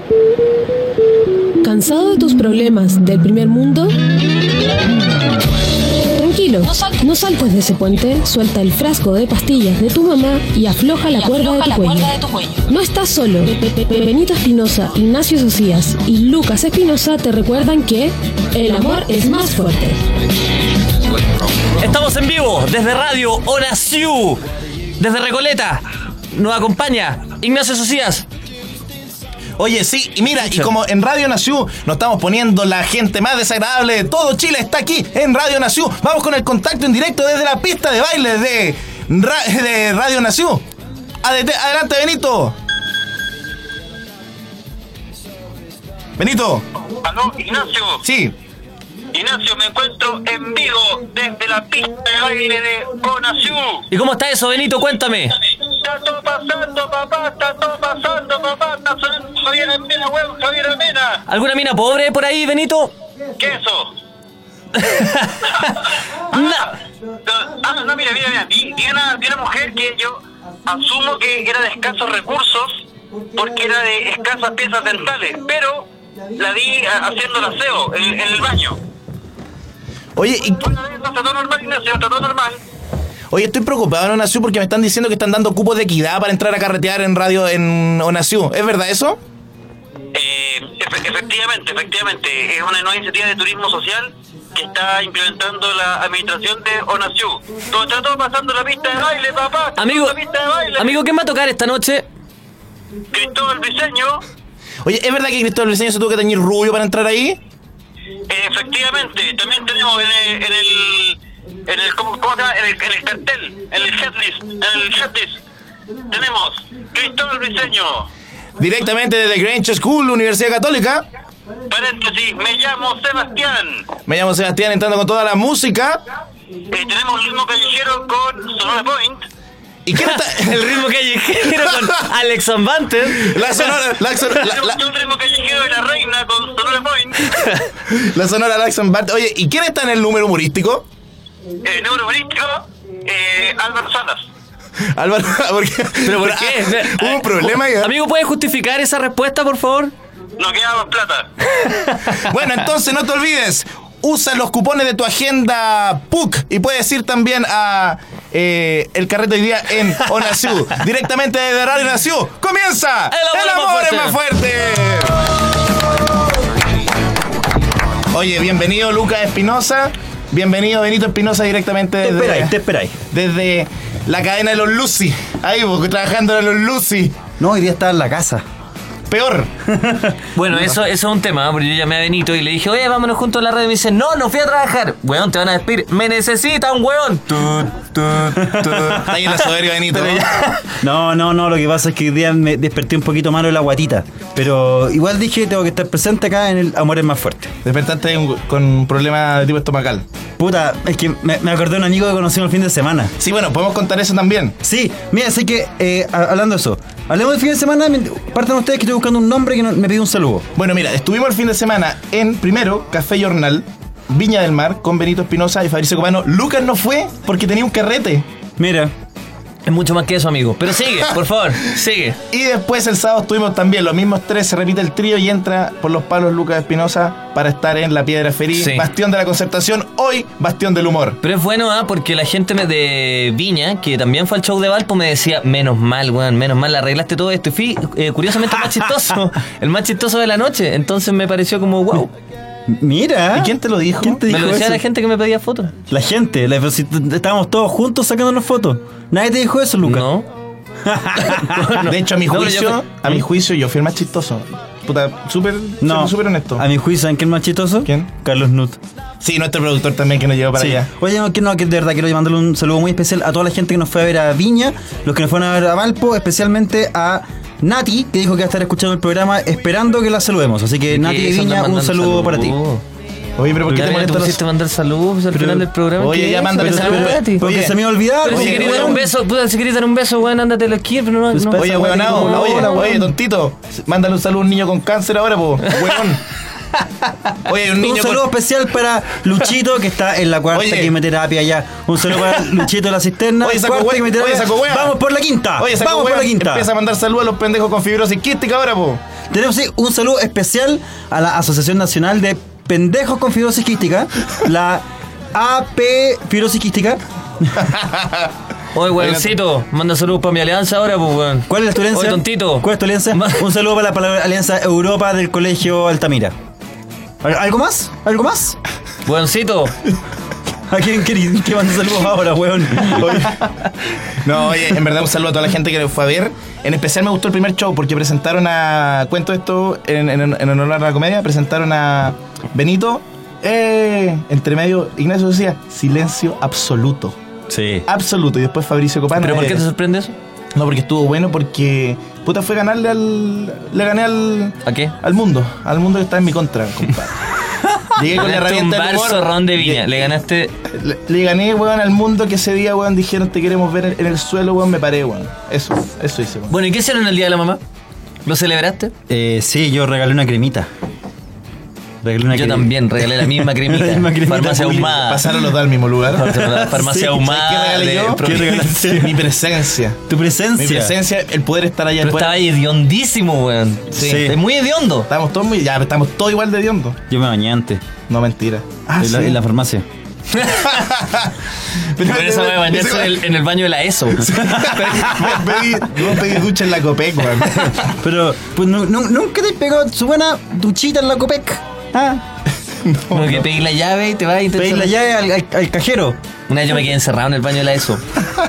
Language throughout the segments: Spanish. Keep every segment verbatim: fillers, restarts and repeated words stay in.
¿Cansado de tus problemas del primer mundo? Tranquilo, no saltes de ese puente, suelta el frasco de pastillas de tu mamá y afloja la cuerda de tu cuello. No estás solo. Benito Espinosa, Ignacio Socias y Lucas Espinosa te recuerdan que el amor es más fuerte. Estamos en vivo desde Radio Horacio, desde Recoleta. Nos acompaña Ignacio Socias. Oye, sí, y mira, y como en Radio Nació nos estamos poniendo la gente más desagradable de todo Chile, está aquí en Radio Nació. Vamos con el contacto en directo desde la pista de baile de, Ra- de Radio Nació. Adelante, Benito. Benito. ¿Aló, Ignacio? Sí. Ignacio, me encuentro en vivo desde la pista de baile de Onasiu. ¿Y cómo está eso, Benito? Cuéntame. Está todo pasando, papá, está todo pasando, papá, está sonando Javier Almena, huevón, Javier Almena. ¿Alguna mina pobre por ahí, Benito? ¿Qué es eso? Nah. Ah, no, mira, mira, mira, vi, vi, una, vi una mujer que yo asumo que era de escasos recursos porque era de escasas piezas dentales, pero la vi haciendo el aseo en, en el baño. Oye, y... Está todo normal, Ignacio, está todo normal. Oye, estoy preocupado en Onasiu porque me están diciendo que están dando cupos de equidad para entrar a carretear en radio en Onasiu. ¿Es verdad eso? Eh, efe- efectivamente, efectivamente. Es una nueva iniciativa de turismo social que está implementando la administración de Onasiu. Todo está todo pasando en la pista de baile, papá. Está Amigo, todo en la pista de baile. amigo, ¿quién va a tocar esta noche? Cristóbal Briseño. Oye, ¿es verdad que Cristóbal Briseño se tuvo que teñir rubio para entrar ahí? Eh, efectivamente. También tenemos en el... En el En el, ¿cómo, cómo se llama? En el, en el cartel, en el headlist, en el headlist, tenemos Cristóbal Briseño. Directamente desde Grange School, Universidad Católica. Paréntesis, me llamo Sebastián. Me llamo Sebastián, entrando con toda la música. Eh, tenemos Ritmo Callejero con Sonora Point. ¿Y quién está? El ritmo callejero con Alex Zambantes. La sonora, la, sonora- la, Tenemos la, un Ritmo Callejero de la Reina con Sonora Point. la sonora Laxon Bart. Oye, ¿y quién está en el número humorístico? Eh, Neurobolístico, eh, Álvaro Salas. Álvaro, ¿por qué? ¿Pero por qué? ¿Hubo un problema ahí? Amigo, ¿puedes justificar esa respuesta, por favor? No queda más plata. Bueno, entonces no te olvides. Usa los cupones de tu agenda P U C y puedes ir también a eh, el carrete hoy día en Onasiu. Directamente desde Radio Nació. ¡Comienza! El amor, ¡El amor es es más fuerte! Oye, bienvenido Lucas Espinosa. Bienvenido Benito Espinosa directamente desde... Te esperáis, te esperáis. Desde la cadena de los Lucy. Ahí, vos, trabajando en los Lucy. No, hoy día estaba en la casa. Peor. Bueno, eso, eso es un tema, ¿eh? Porque yo llamé a Benito y le dije, oye, vámonos juntos a la radio. Y me dice, no, no fui a trabajar. Weón, te van a despedir. Me necesita un weón. Tut, tut, tut. Está ahí en la soberbia, Benito. No, no, no, lo que pasa es que hoy día me desperté un poquito malo de la guatita. Pero igual dije, tengo que estar presente acá en el Amor es más fuerte. Despertaste un- con un problema de tipo estomacal. Puta, es que me, me acordé de un amigo que conocimos el fin de semana. Sí, bueno, podemos contar eso también. Sí, mira, así que, eh, a- hablando de eso, hablemos del fin de semana, partan ustedes que estoy buscando un nombre que no- me pidió un saludo. Bueno, mira, estuvimos el fin de semana en, primero, Café Jornal, Viña del Mar, con Benito Espinosa y Fabricio Copano. Lucas no fue porque tenía un carrete. Mira, Es mucho más que eso, amigo. Pero sigue, por favor, sigue. Y después el sábado estuvimos también, los mismos tres, se repite el trío y entra por los palos Lucas Espinosa para estar en La Piedra Feliz, Sí. bastión de la Concertación, hoy bastión del humor. Pero es bueno, ¿ah? Porque la gente me- de Viña, que también fue al show de Valpo, me decía, menos mal, weón, menos mal, arreglaste todo esto. Y fui, eh, curiosamente, el más chistoso, el más chistoso de la noche. Entonces me pareció como, wow. mira. ¿Y quién te lo dijo? ¿Quién te Me dijo lo decía eso? la gente que me pedía fotos. La gente, la- pero si t- estábamos todos juntos sacándonos fotos. Nadie te dijo eso, Lucas. No. De hecho, a mi No, pero juicio, yo- a mi juicio, yo fui el más chistoso. Puta, súper, No, súper honesto. A mi juicio, ¿saben quién es más chistoso? ¿Quién? Carlos Nut. Sí, nuestro productor también que nos llevó para Sí. allá. Oye, no, que no, que de verdad quiero mandarle un saludo muy especial a toda la gente que nos fue a ver a Viña, los que nos fueron a ver a Valpo, especialmente a Nati, que dijo que va a estar escuchando el programa esperando que la saludemos. Así que Nati de ¿Qué? Eso Viña, andan un mandando saludo para ti. Oye, pero ¿por qué Ya, te ya molesta tú los- pusiste mandar saludos al Pero- final del programa. Oye, ¿Qué ya es? mándale Pero saludos saludos a ti. Porque Oye, se me iba a olvidar. Pero si Oye, querías dar oye, un beso, puta, si querías dar un beso, weón, ándate a la esquina, pero no. Pues no. pasa, Oye, weón, weonao, como, oye, hola, oye, weón. tontito. Mándale un saludo a un niño con cáncer ahora, po. Weón. Oye, un Un niño saludo con... especial para Luchito, que está en la cuarta Oye. quimioterapia ya. Un saludo para Luchito de la cisterna. Oye, saco cuarta wea, quimioterapia. oye, saco wea. Vamos por la quinta. Oye, saco Vamos por weón, la quinta. Empieza a mandar saludos a los pendejos con fibrosis quística ahora, po. Tenemos sí, un saludo especial a la Asociación Nacional de Pendejos con Fibrosis Quística, la A P Fibrosis Quística. Oye, weoncito, manda saludos para mi alianza ahora, pues, weón. ¿Cuál es tu alianza? Oye, tontito. ¿Cuál es tu alianza? Un saludo para la, para la Alianza Europa del Colegio Altamira. ¿Algo más? ¿Algo más? Weoncito. ¿A quién querés que mande saludos ahora, weón? Oye. No, oye, en verdad un saludo a toda la gente que lo fue a ver. En especial me gustó el primer show porque presentaron a... Cuento esto en, en, en honor a la comedia. Presentaron a Benito. Eh, entre medio, Ignacio decía, silencio absoluto. Sí. Absoluto. Y después Fabricio Copano. ¿Pero por qué eh, te sorprende eso? No, porque estuvo bueno porque... Puta, fue ganarle al... Le gané al... ¿A qué? Al mundo. Al mundo que está en mi contra, compadre. Llegué con la Ganaste un herramienta del bar humor. zorrón de Viña. Le ganaste... Le, le gané, weón, al mundo que ese día, weón, dijeron te queremos ver en, en el suelo, weón, me paré, weón. Eso, eso hice, weón. Bueno, ¿y qué hicieron el Día de la Mamá? ¿Lo celebraste? Eh, sí, yo regalé una cremita. Regalé una Yo crem- también regalé la misma cremita. La misma cremita Farmacia pública. ahumada. Pasaron los dos al mismo lugar. La farmacia Sí, ahumada. ¿sabes qué regalé de yo? Pro- ¿Qué regalaste? Mi presencia. Tu presencia. Mi presencia, el poder estar allá. el Pero poder- estaba hediondísimo, weón. Sí. Es muy hediondo. Estamos todos muy... Ya, estamos todos igual de hediondo. Yo me bañé antes. No, mentira. Ah, en, la, sí. en la farmacia. Por eso me bañarse en el, en el baño de la ESO. Me pedí, yo pedí ducha en la Copec, weón. Pero, pues nu- nu- nunca te pegó su buena duchita en la Copec. Ah, Como que pedí la llave y te vas y te pedí la llave al, al- al cajero. Una vez yo me quedé encerrado en el baño de la ESO.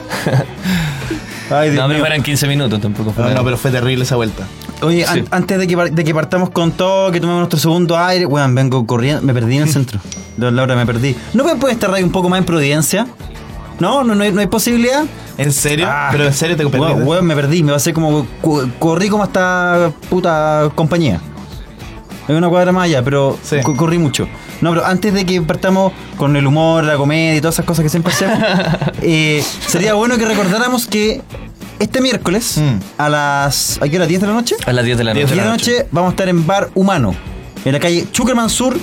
Ay, Dios No, pero mío. fueron quince minutos, tampoco fue. No, no, pero fue terrible esa vuelta. Oye, Sí. an- antes de que, par- de que partamos con todo, que tomemos nuestro segundo aire, weón, vengo corriendo, me perdí en el centro. De Laura, me perdí. ¿No pueden pueden estar ahí un poco más en Providencia? ¿No? ¿No, no, hay, no hay posibilidad? ¿En serio? Ah. Pero en serio te perdiste. Weón, weón, me perdí, me va a hacer como cu- corrí como hasta puta compañía. Hay una cuadra más allá, pero Sí. co- corrí mucho. No, pero antes de que partamos con el humor, la comedia y todas esas cosas que siempre hacemos, eh, sería bueno que recordáramos que este miércoles Mm. a las... ¿a qué hora? ¿diez de la noche? A las diez de la diez noche. diez de la noche vamos a estar en Bar Humano, en la calle Chuckerman Sur.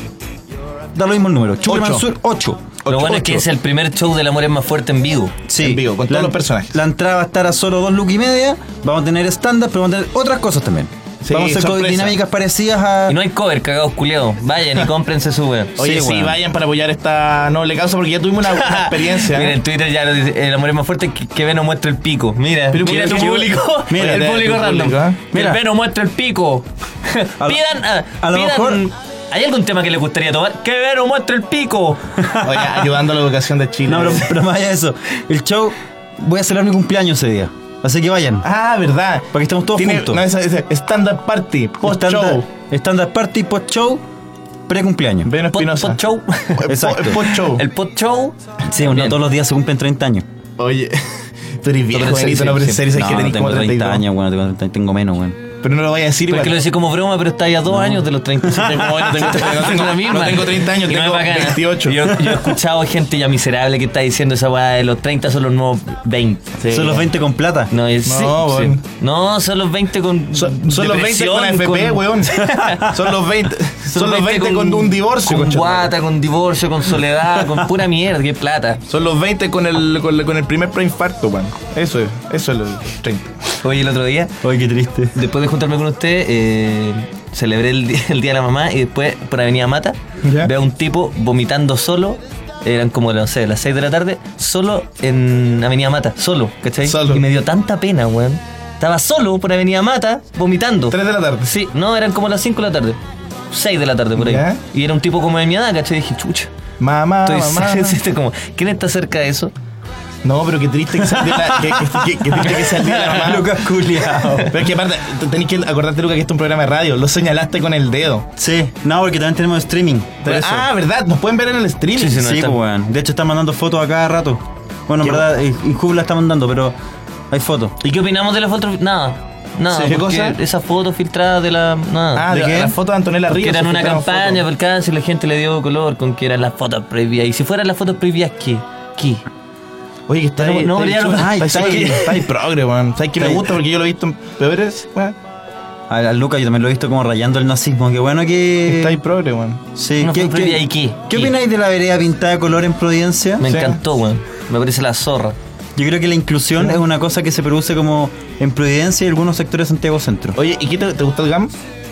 Da lo mismo el número, Chuckerman Ocho. Sur ocho. Lo bueno es que es el primer show del amor es más fuerte en vivo. Sí, En vivo, con todos La- los personajes. La entrada va a estar a solo dos lucas y media. Vamos a tener stand-up, pero vamos a tener otras cosas también. Sí, vamos a hacer co- sorpresa. dinámicas parecidas a... Y no hay cover, cagados culiados. Vayan y cómprense su weón. Oye, sí, weón. vayan para apoyar esta noble causa porque ya tuvimos una, una experiencia. Mira, ¿eh? en Twitter ya lo dice, el amor es más fuerte que, que Veno muestra el pico. Mira, Pero mira ¿por tu qué? público. Mira, Mira, el de- público tu random. público, ¿eh? Mira. El Veno muestra el pico. A lo- pidan, ah, a lo pidan- mejor- ¿Hay algún tema que les gustaría tomar? Que Veno muestre el pico. Oye, ayudando a la educación de Chile. No, pero, pero más allá de eso, el show, voy a celebrar mi cumpleaños ese día. Así que vayan. Ah, verdad. Para que estemos todos Tiene- juntos. No, esa- esa- stand-up party, post-show. Stand-up stand-up party, post-show, pre-cumpleaños. Veno Pod, Espinosa. pod show. Exacto. Post-show. El pod show. Sí, no Bien. todos los días se cumplen treinta años. Oye, tú eres viejo, Pero en Benito, serio, no, pero en sí. serio, sabes No, que tenés tengo como treinta treinta y dos. años, bueno, tengo, treinta, tengo menos, bueno. Pero no lo vayas a decir Pero es igual. que lo decía como broma, pero está ahí a dos años de los treinta. Tengo- no tengo- no tengo- la misma. no tengo treinta años, Y no tengo es bacana. veintiocho. Yo, yo he escuchado gente ya miserable que está diciendo esa weá de los treinta son los nuevos veinte. Sí. Son los veinte con plata. No, es, No, sí, weón. sí. No, son los veinte con. Son, son los veinte con depresión, A F P, con- weón. Son los veinte, son los veinte con un divorcio, Con concha tu madre. guata, con divorcio, con soledad, con pura mierda, qué plata. Son los veinte con el, con, el- con el primer preinfarto, weón. Eso es, eso es los treinta. Oye, el otro día, Ay, qué triste. después de juntarme con usted, eh, celebré el día, el día de la mamá y después por Avenida Mata Ya. veo a un tipo vomitando solo. Eran como, no sé, las seis de la tarde, solo en Avenida Mata, solo, ¿cachai? Solo. Y me dio tanta pena, weón. Estaba solo por Avenida Mata, vomitando. Tres de la tarde. Sí, no, eran como las cinco de la tarde. seis de la tarde por ahí. Ya. Y era un tipo como de mi edad, ¿cachai? Y dije, chucha. Mamá, Estoy mamá. este, como, ¿quién está cerca de eso? No, pero qué triste que sea el día de la, que, que, que, que triste que sea el día de la mamá. Lucas culiao. Pero es que aparte, t- tenés que acordarte, Lucas, que esto es un programa de radio. Lo señalaste con el dedo. Sí, no, porque también tenemos streaming. Por eso. Ah, ¿verdad? Nos pueden ver en el streaming. Sí, sí, no, Sí, está- pues, weón. De hecho, están mandando fotos a cada rato. Bueno, en ¿Qué? verdad, Inhub la está mandando, pero hay fotos. ¿Y qué opinamos de la foto? Nada. Nada, Sí, ¿qué porque cosa? esas fotos filtradas de la... Nada. Ah, ¿De de qué? la foto de Antonella Porque Ríos. eran se una filtraron campaña fotos. por el cáncer y la gente le dio color con que eran las fotos prohibidas. Y si fueran las fotos prohibidas, ¿qué? ¿Qué? Oye, que está Pero ahí. no, está pero ya ahí, no- está ay, ahí, ¿sabes qué? está ahí progre, weón. ¿Sabes que me Está ahí. gusta? Porque yo lo he visto en peores, weón. A, a Lucas yo también lo he visto como rayando el nazismo. Qué bueno que... Está ahí progre, weón. Sí, No ¿qué, fue prohibida, qué, ¿y qué? ¿qué ¿Qué? opináis de la vereda pintada de color en Providencia? Me Sí. encantó, weón. Me parece la zorra. Yo creo que la inclusión es una cosa que se produce como en Providencia y algunos sectores de Santiago Centro. Oye, ¿y qué te, te gustó el G A M?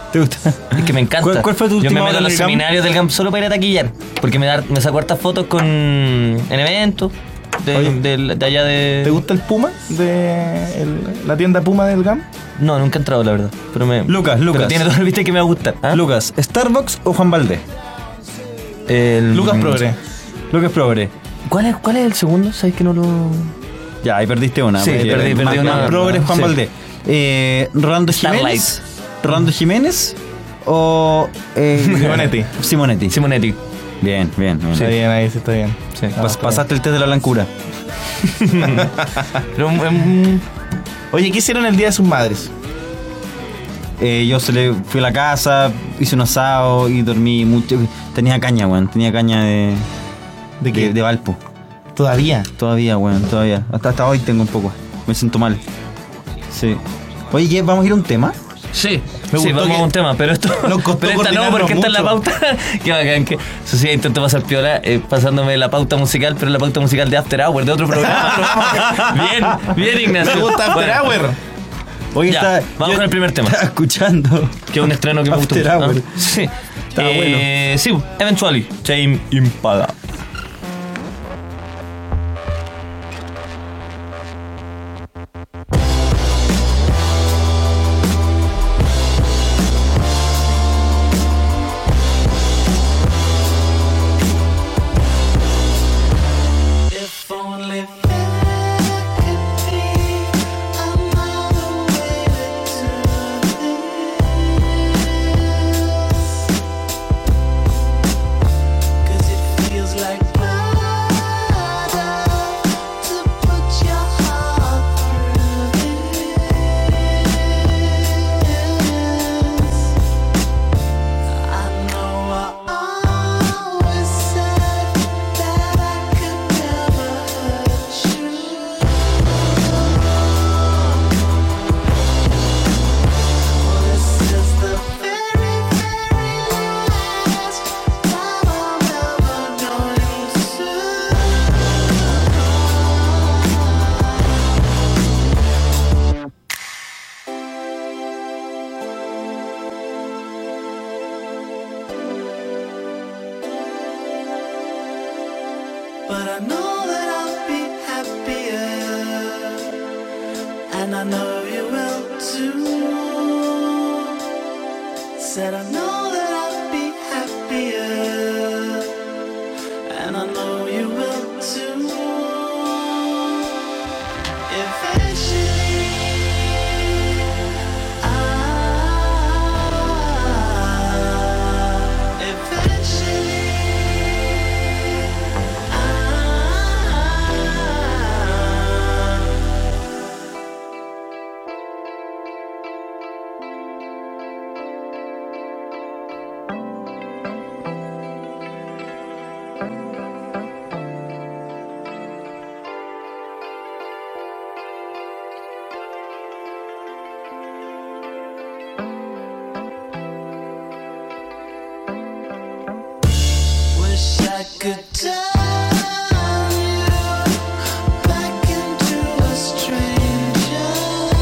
¿Te gusta? Es que me encanta. ¿Cuál, cuál fue tu Yo última me hora meto en a los el G A M? seminarios del G A M solo para ir a taquillar. Porque me, da, me saco hartas fotos con en eventos de, Oye, de- de allá de... ¿Te gusta el Puma? De el- la tienda Puma del G A M. No, nunca he entrado, la verdad. Pero me, Lucas, pero Lucas. tiene todo el viste que me va a gustar. ¿ah? Lucas, ¿Starbucks o Juan Valdés? El- Lucas Progre. Lucas Progre. ¿Cuál es, ¿Cuál es el segundo? ¿Sabes que no lo...? Ya, ahí perdiste una. Sí, porque perdí- más- perdí una. más Progre Juan Sí. Valdés. Eh, ¿Rolando Starlight. Jiménez? ¿Rolando Jiménez o eh, Simonetti. Simonetti. Simonetti. Bien, bien, bien. Está bien ahí, sí, está bien. Sí. Ah, Pas- está pasaste el test de la blancura. Pero, um, bien. Oye, ¿qué hicieron el día de sus madres? Eh, yo se le fui a la casa, hice un asado y dormí mucho. Tenía caña, weón. Tenía caña de, ¿De qué? de, de Valpo. Todavía. Todavía, weón, todavía. Hasta, hasta hoy tengo un poco. Me siento mal. Sí. Oye, ¿qué? ¿Vamos a ir a un tema? sí, Me sí, gustó vamos que a un tema, pero esto. nos costó pero esta no, coordinarnos porque esta es la mucho. pauta. Qué bacán que. Eso sí, intento pasar piola, eh, pasándome la pauta musical, pero la pauta musical de After Hour, de otro programa. bien, bien, Ignacio. Me gusta After Bueno, Hour. Oye, Ya, está, vamos yo con el primer tema. Estaba escuchando. Que es un estreno que me gustó. After mucho. Hour. Ah, sí. Estaba Eh, Sí, Eventually. Tame Impala. If only there could be another way to do this, 'cause it feels like murder to put your heart through this. I know I always said that I could never hurt you. This is the very, very last time I'm ever going to. But I know that I'll be happier, and I know you will too. Said I know that I'll be happier, and I know you will too. Eventually, I, eventually. Wish I could turn you back into a stranger.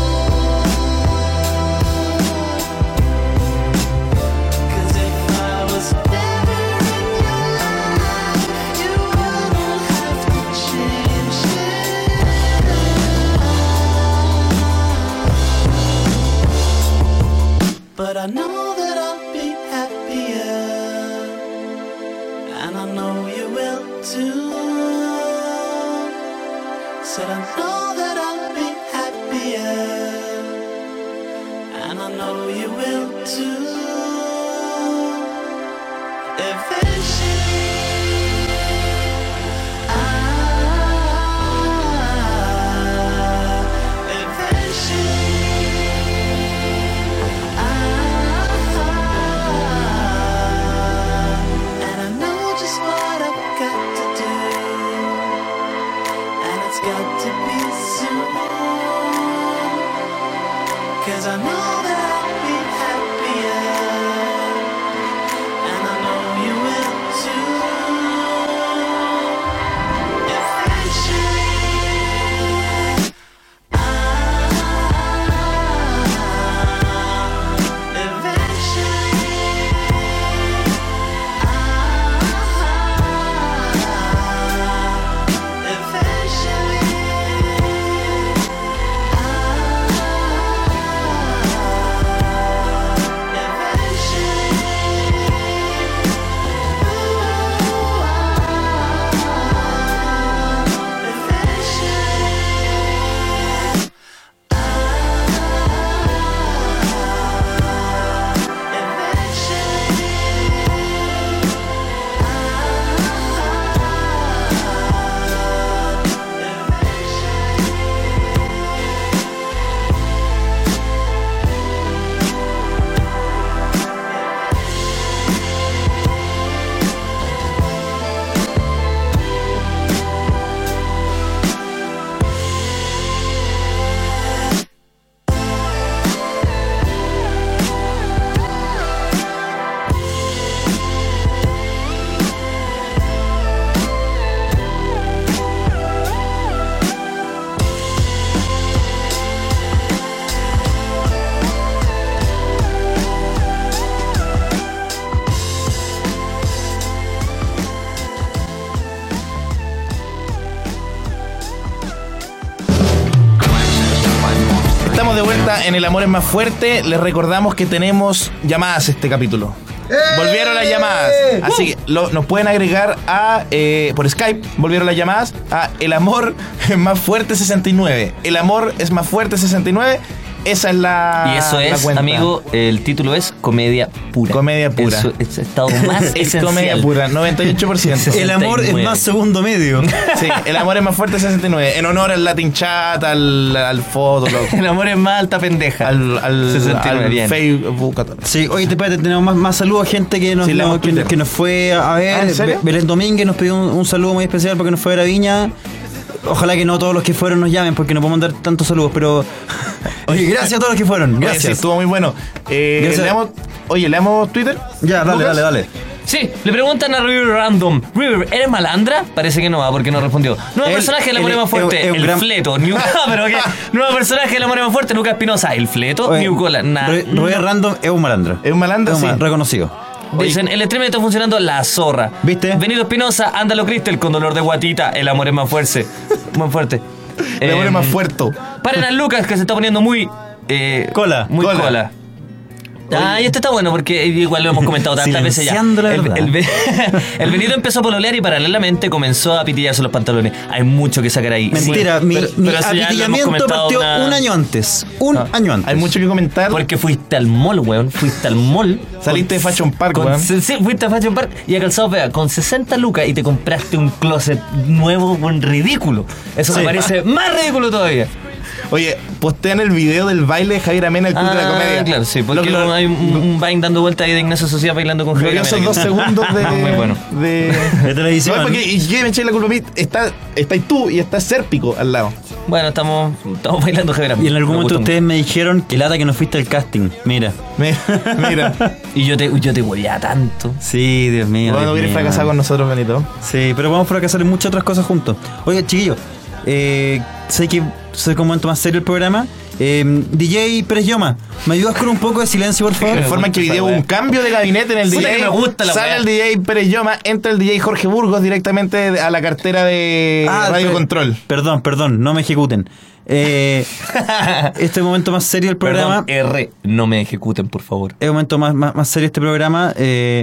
'Cause if I was never in your life, you wouldn't have to change it. But I know that I'll be happier, and I know you will too. Said I know that I'll be happier, and I know you will too. Eventually, I, eventually, I, and I know just what I've got to do, and it's got to be soon. 'Cause I know that I'll be happier, vuelta en El Amor es Más Fuerte. Les recordamos que tenemos llamadas este capítulo. Volvieron las llamadas. Así que lo- nos pueden agregar a eh, por Skype. Volvieron las llamadas a El Amor es Más Fuerte sesenta y nueve. El Amor es Más Fuerte sesenta y nueve. Esa es la. Y eso la es, cuenta. amigo, el título es Comedia Pura. Comedia Pura. Eso es estado más Es esencial. comedia pura, noventa y ocho por ciento. El amor es sesenta y nueve. más segundo medio. Sí, El Amor es Más Fuerte sesenta y nueve. En honor al Latin Chat, al, al Fotolog, El amor es más alta pendeja. al, al, sesenta y nueve, al bien. Facebook. a todo. Sí, oye, te espérate, tenemos más, más saludos, gente que nos, Sí, leamos no- que, Twitter. que nos fue a ver. Ah, ¿en serio? Be- Belén Domínguez nos pidió un, un saludo muy especial porque nos fue a ver a Viña. Ojalá que no todos los que fueron nos llamen porque no podemos dar tantos saludos, pero. Oye, gracias a todos los que fueron. Oye, sí, Gracias. estuvo muy bueno. Eh, Gracias. leamos- oye, leamos Twitter. Ya, dale, Lucas. dale, dale. Sí, le preguntan a River Random. River, ¿eres malandra? Parece que no va porque no respondió. Nuevo Él- personaje del él amor es más es- fuerte, es un el gran- fleto. New... Ah, pero qué. Nuevo personaje del amor es más fuerte, Lucas Espinosa. El fleto, Oye, New Cola. Nah. Ro- Roger Random es un malandro. Es un malandro, Es un sí. ma- reconocido. Dicen, el stream está funcionando la zorra. ¿Viste? Benito Espinosa, ándalo Cristel con dolor de guatita. El amor es más fuerte. Muy fuerte. El Amor Eh, es Más Fuerte. Paren al Lucas que se está poniendo muy. eh, Cola. Muy Cola. cola. Ah, y este está bueno porque igual lo hemos comentado tantas veces ya. Silenciando la El, verdad. el Be- el Benito empezó a pololear y paralelamente comenzó a pitillarse los pantalones. Hay mucho que sacar ahí. Mentira, Sí, mi, pero- mi pero eso ya lo hemos apitillamiento comentado partió una- un año antes. Un año antes. Hay mucho que comentar. Porque fuiste al mall, weón. Fuiste al mall. Saliste de Fashion Park, con- weón. Sí, fuiste a Fashion Park y a Calzado Pega con sesenta lucas y te compraste un closet nuevo, buen ridículo. Eso Sí. me parece más ridículo todavía. Oye, postean el video del baile de Javier Amena, el Club de la Comedia. Claro, sí, porque Lo- lo- hay un, un Vine dando vuelta ahí de Ignacio Sociedad bailando con Javier gloriosos Amena, dos que- segundos de. Muy bueno. De, De televisión. No, porque, y que me eché la culpa a mí. Está, está ahí tú y está Sérpico al lado. Bueno, estamos, estamos bailando Javier Amena. Y en algún Me momento gusta ustedes me dijeron que lata que no fuiste al casting. Mira. Mira, mira. mucho. Y yo te, yo te hueveaba tanto. Sí, Dios mío. Bueno, Dios hubieras mío. fracasado con nosotros, Benito. Sí, pero vamos a fracasar en muchas otras cosas juntos. Oye, chiquillos, eh, sé que soy como momento más serio el programa. Eh, D J Pérez Yoma, ¿me ayudas con un poco de silencio, por favor? De forma que hoy día hubo un cambio de gabinete en el Puta D J. que me gusta la Sale weá. el D J Pérez Yoma, entra el D J Jorge Burgos directamente a la cartera de Ah, Radio per- Control. Perdón, perdón, no me ejecuten. Eh, este es el momento más serio del programa. Perdón, R, no me ejecuten, por favor. Es el momento más, más, más serio este programa eh,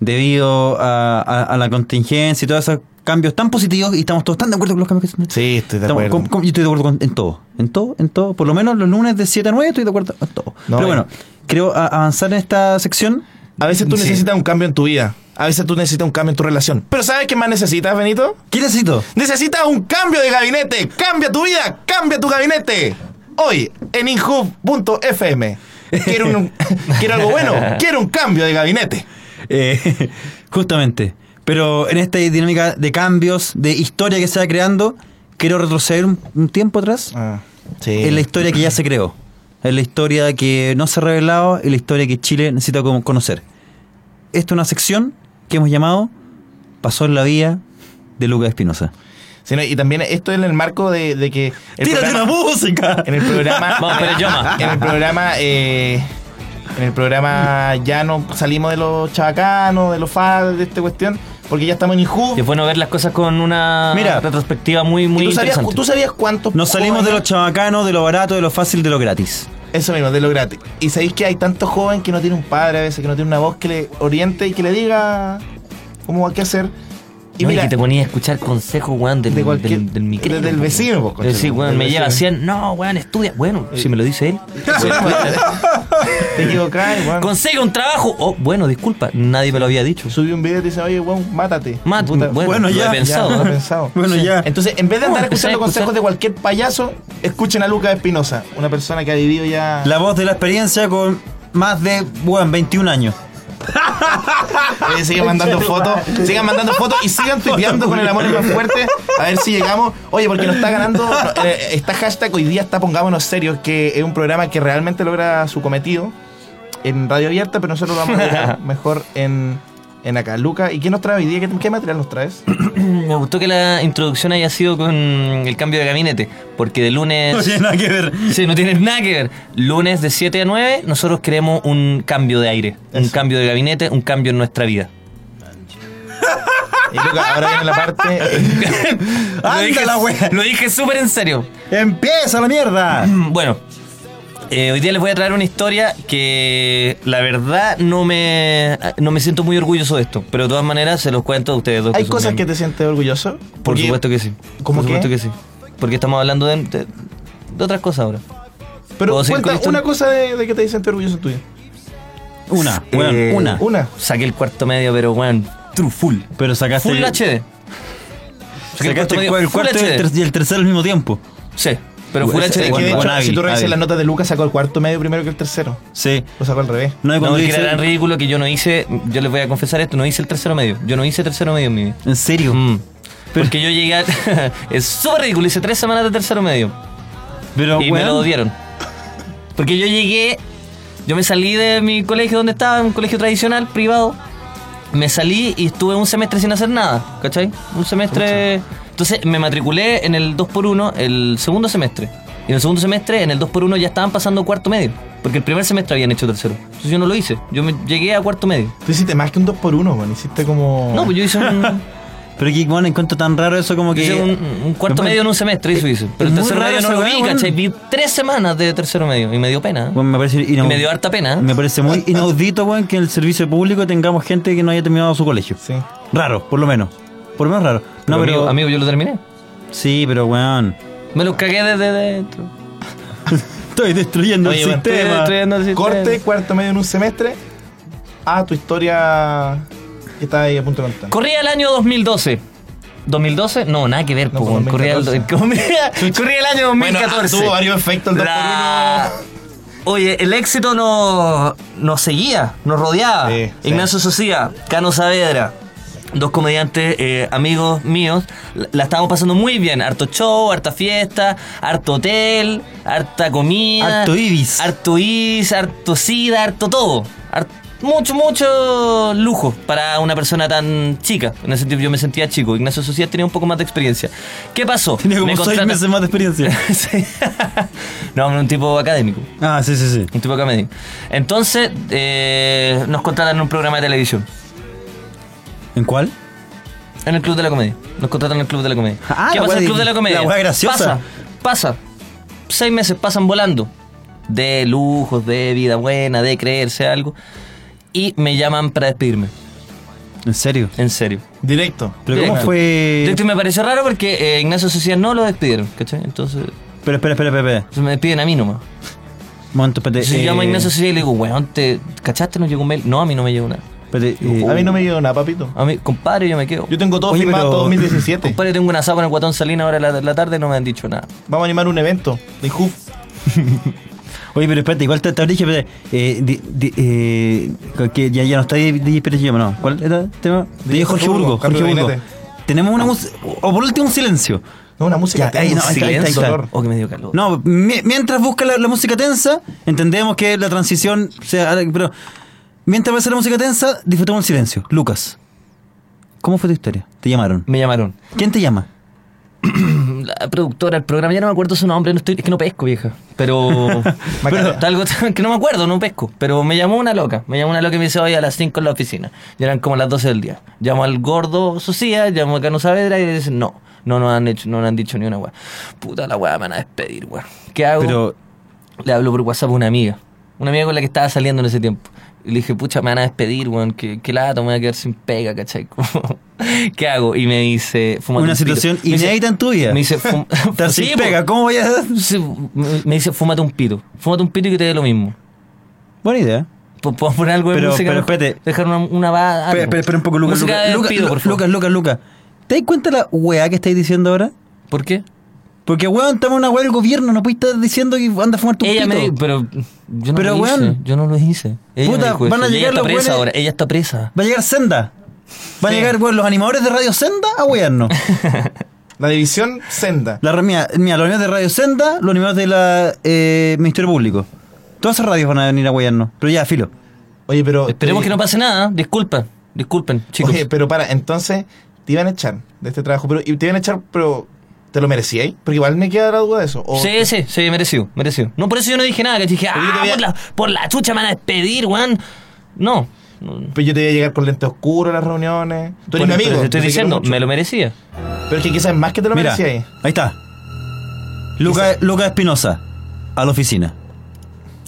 debido a, a- a la contingencia y todos esos cambios tan positivos y estamos todos tan de acuerdo con los cambios que se Sí, estoy de Estamos- acuerdo. con- con- yo estoy de acuerdo con- en todo, en todo, en todo. Por lo menos los lunes de siete a nueve estoy de acuerdo en todo. No, Pero eh. bueno, quiero a- avanzar en esta sección. A veces tú Sí. necesitas un cambio en tu vida. A veces tú necesitas un cambio en tu relación. Pero ¿sabes qué más necesitas, Benito? ¿Qué necesito? Necesitas un cambio de gabinete. Cambia tu vida, cambia tu gabinete. Hoy en inhub punto f m. Quiero, un- quiero algo bueno, quiero un cambio de gabinete. Eh, justamente. Pero en esta dinámica de cambios, de historia que se va creando, quiero retroceder un, un tiempo atrás Ah, sí. en la historia que ya se creó. En la historia que no se ha revelado y la historia que Chile necesita como conocer. Esta es una sección que hemos llamado Pasó en la Vía de Lucas Espinosa. Sí, no, y también esto es en el marco de, de que... el ¡Tírate programa- una música! En el programa... Vamos, Pérez Yoma. En el programa... eh, en el programa ya no salimos de los chabacanos, de los fans, de esta cuestión, porque ya estamos en Inhub. Y es bueno ver las cosas con una Mira, retrospectiva muy, muy ¿Tú sabías, interesante. ¿Tú sabías cuántos Nos salimos de lo jóvenes- chabacano, de lo barato, de lo fácil, de lo gratis. Eso mismo, de lo gratis. Y sabéis que hay tantos jóvenes que no tienen un padre a veces, que no tiene una voz que le oriente y que le diga cómo va a qué hacer. Y No, y mira, que te ponías a escuchar consejos, weón, del, de cualquier- del, del micrófono. del- del vecino, pues, concha, Sí, weón, del me lleva vecino. cien. No, weón, estudia. Bueno, si me lo dice él. te equivocás, weón. Consigue un trabajo. Oh, bueno, disculpa, nadie me lo había dicho. Subí un video y te dice, oye, weón, mátate. Mat- Puta, bueno, bueno, lo ya, he pensado. ya, lo he ¿eh? pensado. Bueno, ya. Entonces, en vez de andar No, empecé a escuchando escuchar- consejos de cualquier payaso, escuchen a Lucas Espinosa, una persona que ha vivido ya... La voz de la experiencia con más de, bueno, veintiún años. Oye, sigan mandando fotos, sigan mandando fotos y sigan tuiteando con el amor es más fuerte. A ver si llegamos. Oye, porque nos está ganando. no, eh, Está hashtag hoy día está Pongámonos Serios, que es un programa que realmente logra su cometido en radio abierta, pero nosotros lo vamos a dejar mejor en, en acá. Luca, ¿y qué nos trae hoy día? ¿Qué, qué material nos traes? Me gustó que la introducción haya sido con el cambio de gabinete, porque de lunes... No tiene nada que ver. Sí, no tiene nada que ver. Lunes de siete a nueve, nosotros queremos un cambio de aire, un Eso. cambio de gabinete, un cambio en nuestra vida. Y Luca, ahora viene la parte. lo dije, la wea. lo dije súper en serio. ¡Empieza la mierda! Bueno, Eh, hoy día les voy a traer una historia que la verdad no me no me siento muy orgulloso de esto, pero de todas maneras se los cuento a ustedes dos. ¿Hay son cosas mis- que te sientes orgulloso? Por Porque- supuesto que sí. ¿Cómo Por qué? supuesto que sí. Porque estamos hablando de, de, de otras cosas ahora. Pero ¿Puedo seguir cuenta con esto? una cosa de, de que te sientes orgulloso tuyo. Una, weón, Eh, una. Una. Saqué el cuarto medio, pero weón, true full. Pero sacaste. Full H D. Saqué Sacaste el, medio el full cuarto y el, H D. ter- y el tercero al mismo tiempo. Sí, pero full Ese- H D. Es que de Buen hecho, hábil, si tú revisas hábil. las notas de Lucas, sacó el cuarto medio primero que el tercero. Sí. Lo sacó al revés. No, y No, cuando porque dice- era tan ridículo que yo no hice, yo les voy a confesar esto, no hice el tercero medio. Yo no hice tercero medio en mi vida. ¿En serio? Mm. Porque yo llegué a... es súper ridículo, hice tres semanas de tercero medio. Pero, Y me lo dieron. Porque yo llegué, yo me salí de mi colegio donde estaba, un colegio tradicional, privado. Me salí y estuve un semestre sin hacer nada, ¿cachai? Un semestre... Entonces me matriculé en el dos por uno el segundo semestre. Y en el segundo semestre, en el dos por uno ya estaban pasando cuarto medio. Porque el primer semestre habían hecho tercero. Entonces yo no lo hice. Yo me llegué a cuarto medio. Tú hiciste más que un dos por uno, weón. Hiciste como... No, pues yo hice un, Pero que, bueno, encuentro tan raro eso como que. hice un, un cuarto Me- medio en un semestre, eso hice. Pero el es muy tercero raro medio no esa lo weá, vi, weón. ¿cachai? Vi tres semanas de tercero medio y me dio pena. ¿eh? Bueno, me parece Y inau- me dio harta pena. ¿eh? Me parece muy inaudito, weón, que en el servicio público tengamos gente que no haya terminado su colegio. Sí. Raro, por lo menos. Por lo menos raro. No, No, pero. amigo, amigo, yo lo terminé. Sí, pero weón. Me los cagué desde dentro. Estoy destruyendo Oye, el weón, sistema. Estoy destruyendo el sistema. Corte, cuarto medio en un semestre. Ah, tu historia que está ahí a punto de contar. Corría el año dos mil doce. ¿dos mil doce? No, nada que ver. No, po, pues, corría, el, dos mil corría, corría el año dos mil Bueno, catorce. ah, tuvo varios efectos el dos La- Oye, el éxito no- nos seguía, nos rodeaba. Sí, sí. Ignacio Socia, Cano Saavedra, dos comediantes eh, amigos míos, la, la estábamos pasando muy bien. Harto show, harta fiesta, harto hotel, harta comida. Harto ibis. Harto ibis, harto sida, harto todo. Har- mucho, mucho lujo para una persona tan chica. En ese sentido yo me sentía chico. Ignacio Socia tenía un poco más de experiencia. ¿Qué pasó? Tiene como Me seis contratan- meses más de experiencia. Sí. No, un tipo académico. Ah, sí, sí, sí. Un tipo académico. Entonces, eh, nos contratan en un programa de televisión. ¿En cuál? En el Club de la Comedia. Nos contratan en el Club de la Comedia. Ah, ¿Qué la pasa en el wea Club de- de la Comedia? la wea graciosa. Pasa, pasa. Seis meses pasan volando. De lujos, de vida buena, de creerse algo. Y me llaman para despedirme. ¿En serio? En serio. Directo. ¿Pero cómo Directo. fue? Directo, y me pareció raro porque eh, Ignacio Socia no lo despidieron, ¿cachai? Entonces, Pero espera, espera, espera, espera. se me despiden a mí nomás. Momento, espérate. Entonces eh, llamo a Ignacio Socia y le digo, weón, ¿te cachaste? ¿Nos llegó un mail? No, a mí no me llegó nada. espérate, eh, A mí no me llegó nada, papito. A mí, compadre, yo me quedo. Yo tengo todo Oye, firmado pero- todo dos mil diecisiete. Compadre, tengo una sábana en Guatón Salina ahora en la, la tarde, no me han dicho nada. Vamos a animar un evento de Hoof. Oye, pero espérate, igual te, te dije, espérate, eh, di- di- eh, que ya, ya no está D J Pérez Llama, no. ¿Cuál era el tema? De Jorge Burgo, Burgo, Jorge cambio de Burgo. gabinete. Tenemos una música, o por último un silencio. No, una música Ya, ahí, no, ahí está, ahí está, ahí está. dolor. O que me dio calor. No, mi- mientras busca la, la música tensa, entendemos que la transición sea, pero mientras va a ser la música tensa, disfrutemos el silencio. Lucas, ¿cómo fue tu historia? ¿Te llamaron? Me llamaron. ¿Quién te llama? La productora del programa, ya no me acuerdo su nombre, no estoy, es que no pesco, vieja. Pero. pero algo que no me acuerdo, no pesco. Pero me llamó una loca. Me llamó una loca y me dice, oye, a las cinco en la oficina. Ya eran como las doce del día. Llamo al gordo Socia, llamo a Cano Saavedra y le dicen, no, no nos han hecho, no nos han dicho ni una weá. Puta la weá, me van a despedir, weá. ¿Qué hago? Pero, Le hablo por WhatsApp a una amiga. Una amiga con la que estaba saliendo en ese tiempo. Y le dije, pucha, me van a despedir, weón. Que, que lata, me voy a quedar sin pega, ¿cachai? Como, ¿qué hago? Y me dice, fúmate una un pito. situación Me dice- inédita en tu vida. Me dice, fum- Estar Sí, sin po. pega, ¿cómo vayas a...? Sí, me- me dice, fúmate un pito. Fúmate un pito y que te dé lo mismo. Buena idea. Po- ¿Podemos poner algo de Pero- música? pero mejor? espérate. Dejar una, una va- algo. Espera, espera, espera un poco, Lucas. Música Lucas, de Lucas, despido, por Lucas, favor. Lucas, Lucas, Lucas. ¿Te das cuenta la weá que estáis diciendo ahora? ¿Por qué? Porque, weón, estamos en una weá del gobierno, no puedes estar diciendo que anda a fumar tu Ella pito. me dijo, pero yo no Pero, lo hice. weón. Yo no lo hice. Ella Puta, me dijo van a eso. Y llegar ella está los presa weones- ahora. Ella está presa. Va a llegar Senda. Van a Sí. llegar, weón, los animadores de Radio Senda a wearnos. La división Senda. La, mira, mira, los animadores de Radio Senda, los animadores de la eh, Ministerio Público. Todas esas radios van a venir a wearnos. Pero ya, filo. Oye, pero... Esperemos que no pase nada. Disculpa. Disculpen, chicos. Oye, pero para, entonces te iban a echar de este trabajo, pero y te iban a echar, pero ¿te lo merecíais? Porque igual me queda la duda de eso. O- Sí, sí, sí, merecido, merecido. No, por eso yo no dije nada, que dije, Pero yo te ah, voy a- por la, por la chucha me van a despedir, weón. No. no. Pero yo te voy a llegar con lentes oscuros a las reuniones. Tú eres Por- mi amigo. pero te estoy yo te quiero diciendo, mucho. me lo merecía. Pero es que quizás más que te lo Mira, merecíais. ahí está. Lucas Lucas Espinosa, a la oficina.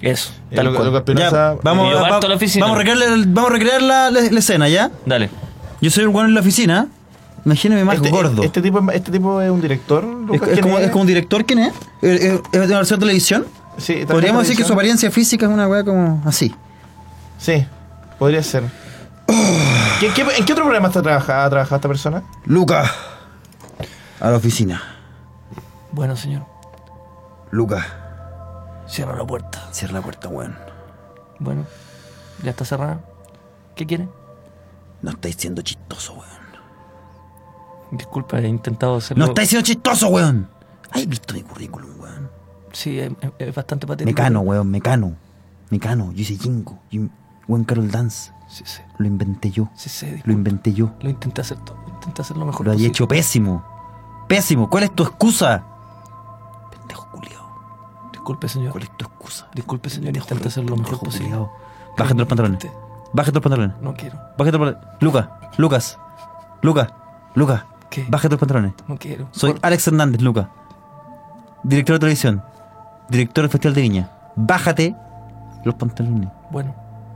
Eso, Eh, tal Lucas- cual. Lucas Ya, Espinosa, vamos, Y yo va- parto a la oficina. vamos a recrear, la- vamos a recrear la, la- la escena, ¿ya? Dale. Yo soy el bueno en la oficina. Imagíname más este, gordo. Este tipo, este tipo es un director. es, Lucas, es ¿quién como, es? es como un director, ¿quién es? ¿Es, es- es de una versión de televisión? Sí, está en Podríamos decir que su televisión. apariencia física es una weá como así. Sí, podría ser. ¿Qué- qué- ¿En qué otro programa está trabajada, ha trabajado esta persona? Lucas. A la oficina. Bueno, señor, Lucas. cierra la puerta. Cierra la puerta, weón. Bueno, ya está cerrada. ¿Qué quiere? No estáis siendo chistoso, weón. Disculpa, he intentado hacerlo. No estáis siendo chistoso, weón. ¿Has visto mi currículum, weón? Sí, es, es- es bastante patético. Mecano, weón, mecano. Mecano. Yo hice Jingo. Yo- Weón, Carol Dance. Sí, sí, Lo inventé yo. sí, sí, Lo disculpa. inventé yo. Lo intenté hacer todo. Intenté hacer lo mejor Lo había posible. hecho pésimo. Pésimo. ¿Cuál es tu excusa? Pendejo culiao. Disculpe, señor. ¿Cuál es tu excusa? Disculpe, señor. Pendejo, Intenté hacer lo mejor pendejo posible. culiao. Bájate los pantalones. Intenté. Bájate los pantalones. No quiero, Bájate los pantalones. Lucas. Lucas. Lucas. Lucas. ¿Qué? Bájate los pantalones. no quiero. Soy Por- Alex Hernández, Lucas. Director de televisión. Director del Festival de Viña. Bájate los pantalones. Bueno,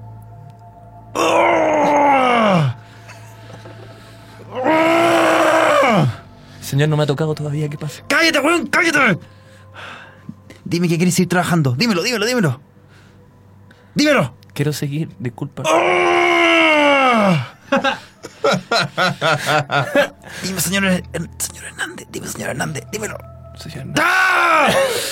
señor, no me ha tocado todavía. ¿Qué pasa? ¡Cállate, weón! ¡Cállate! Dime que quieres seguir trabajando. Dímelo, dímelo, dímelo. ¡Dímelo! Quiero seguir. Disculpa. Dime, señor, Her- señor Hernández. Dime, señor Hernández. Dímelo. Señor, ¡Ah!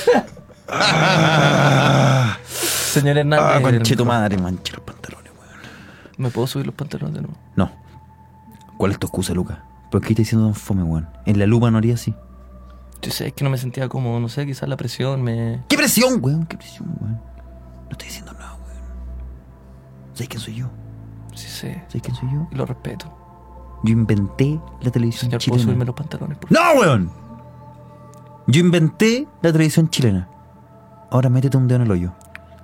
señor Hernández. Ah, conche tu madre, manche los pantalones, weón. ¿Me puedo subir los pantalones de nuevo? No. ¿Cuál es tu excusa, Lucas? ¿Por qué estás diciendo tan fome, weón? En la lupa no haría así. Yo sé, es que no me sentía cómodo. No sé, quizás la presión me... ¿Qué presión, weón? ¿Qué presión, weón? No estoy diciendo nada, weón. ¿Sabes quién soy yo? Sí sé. ¿Sabes quién soy yo? Y lo respeto. Yo inventé la televisión Señor, ¿puedo chilena. subirme los pantalones? Por favor? ¡No, weón! Yo inventé la televisión chilena. Ahora métete un dedo en el hoyo.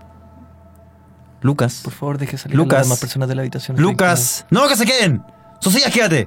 Lucas. Por favor, deje salir Lucas. a las demás personas de la habitación. Estoy Lucas. ¡No, que se queden! ¡Socias, quédate!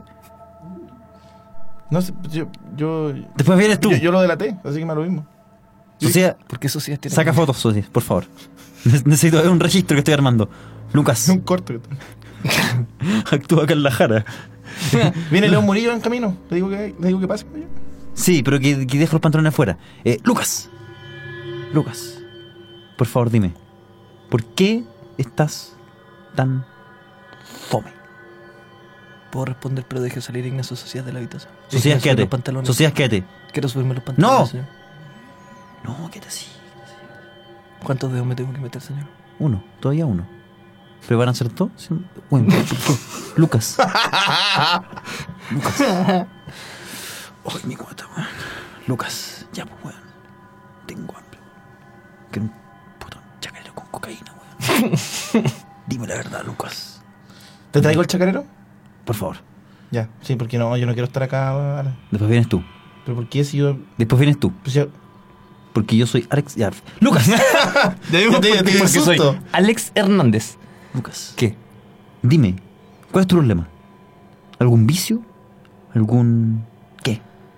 No sé, yo, yo, Después vienes tú. yo, yo lo delaté, así que me da lo mismo. Socias, incómodo. ¿Por qué eso sí es tiene- saca fotos, Socias, por favor. Ne- Necesito ver un registro que estoy armando. Lucas, Un corto. actúa acá en la jara. Viene León Murillo en camino. Le digo que, le digo que pase. Sí, pero que, que deje los pantalones afuera. Eh, Lucas. Lucas. Por favor, dime. ¿Por qué estás tan fome? Puedo responder, pero deje salir a Ignacio Socias de la habitación. Socias, Déjeme subir quédate. los pantalones. Socias, quédate. Quiero subirme los pantalones, No. señor. No, quédate así. ¿Cuántos dedos me tengo que meter, señor? Uno, todavía uno. ¿Pero van a ser dos? Sí. Bueno, ¿por qué? Lucas. Lucas. Ay, mi guata, weón. Lucas, ya, pues, weón. Tengo hambre. Quiero un puto chacarero con cocaína, weón. Dime la verdad, Lucas. ¿Te traigo el chacarero? Por favor. Ya, sí, porque no, yo no quiero estar acá ahora. Después vienes tú. ¿Pero por qué si yo...? Después vienes tú. Pues yo... Porque yo soy Alex. Ya. ¡Lucas! Ya te, te, te Porque soy susto. Alex Hernández. Lucas. ¿Qué? Dime, ¿cuál es tu problema? ¿Algún vicio? ¿Algún. ¿Qué?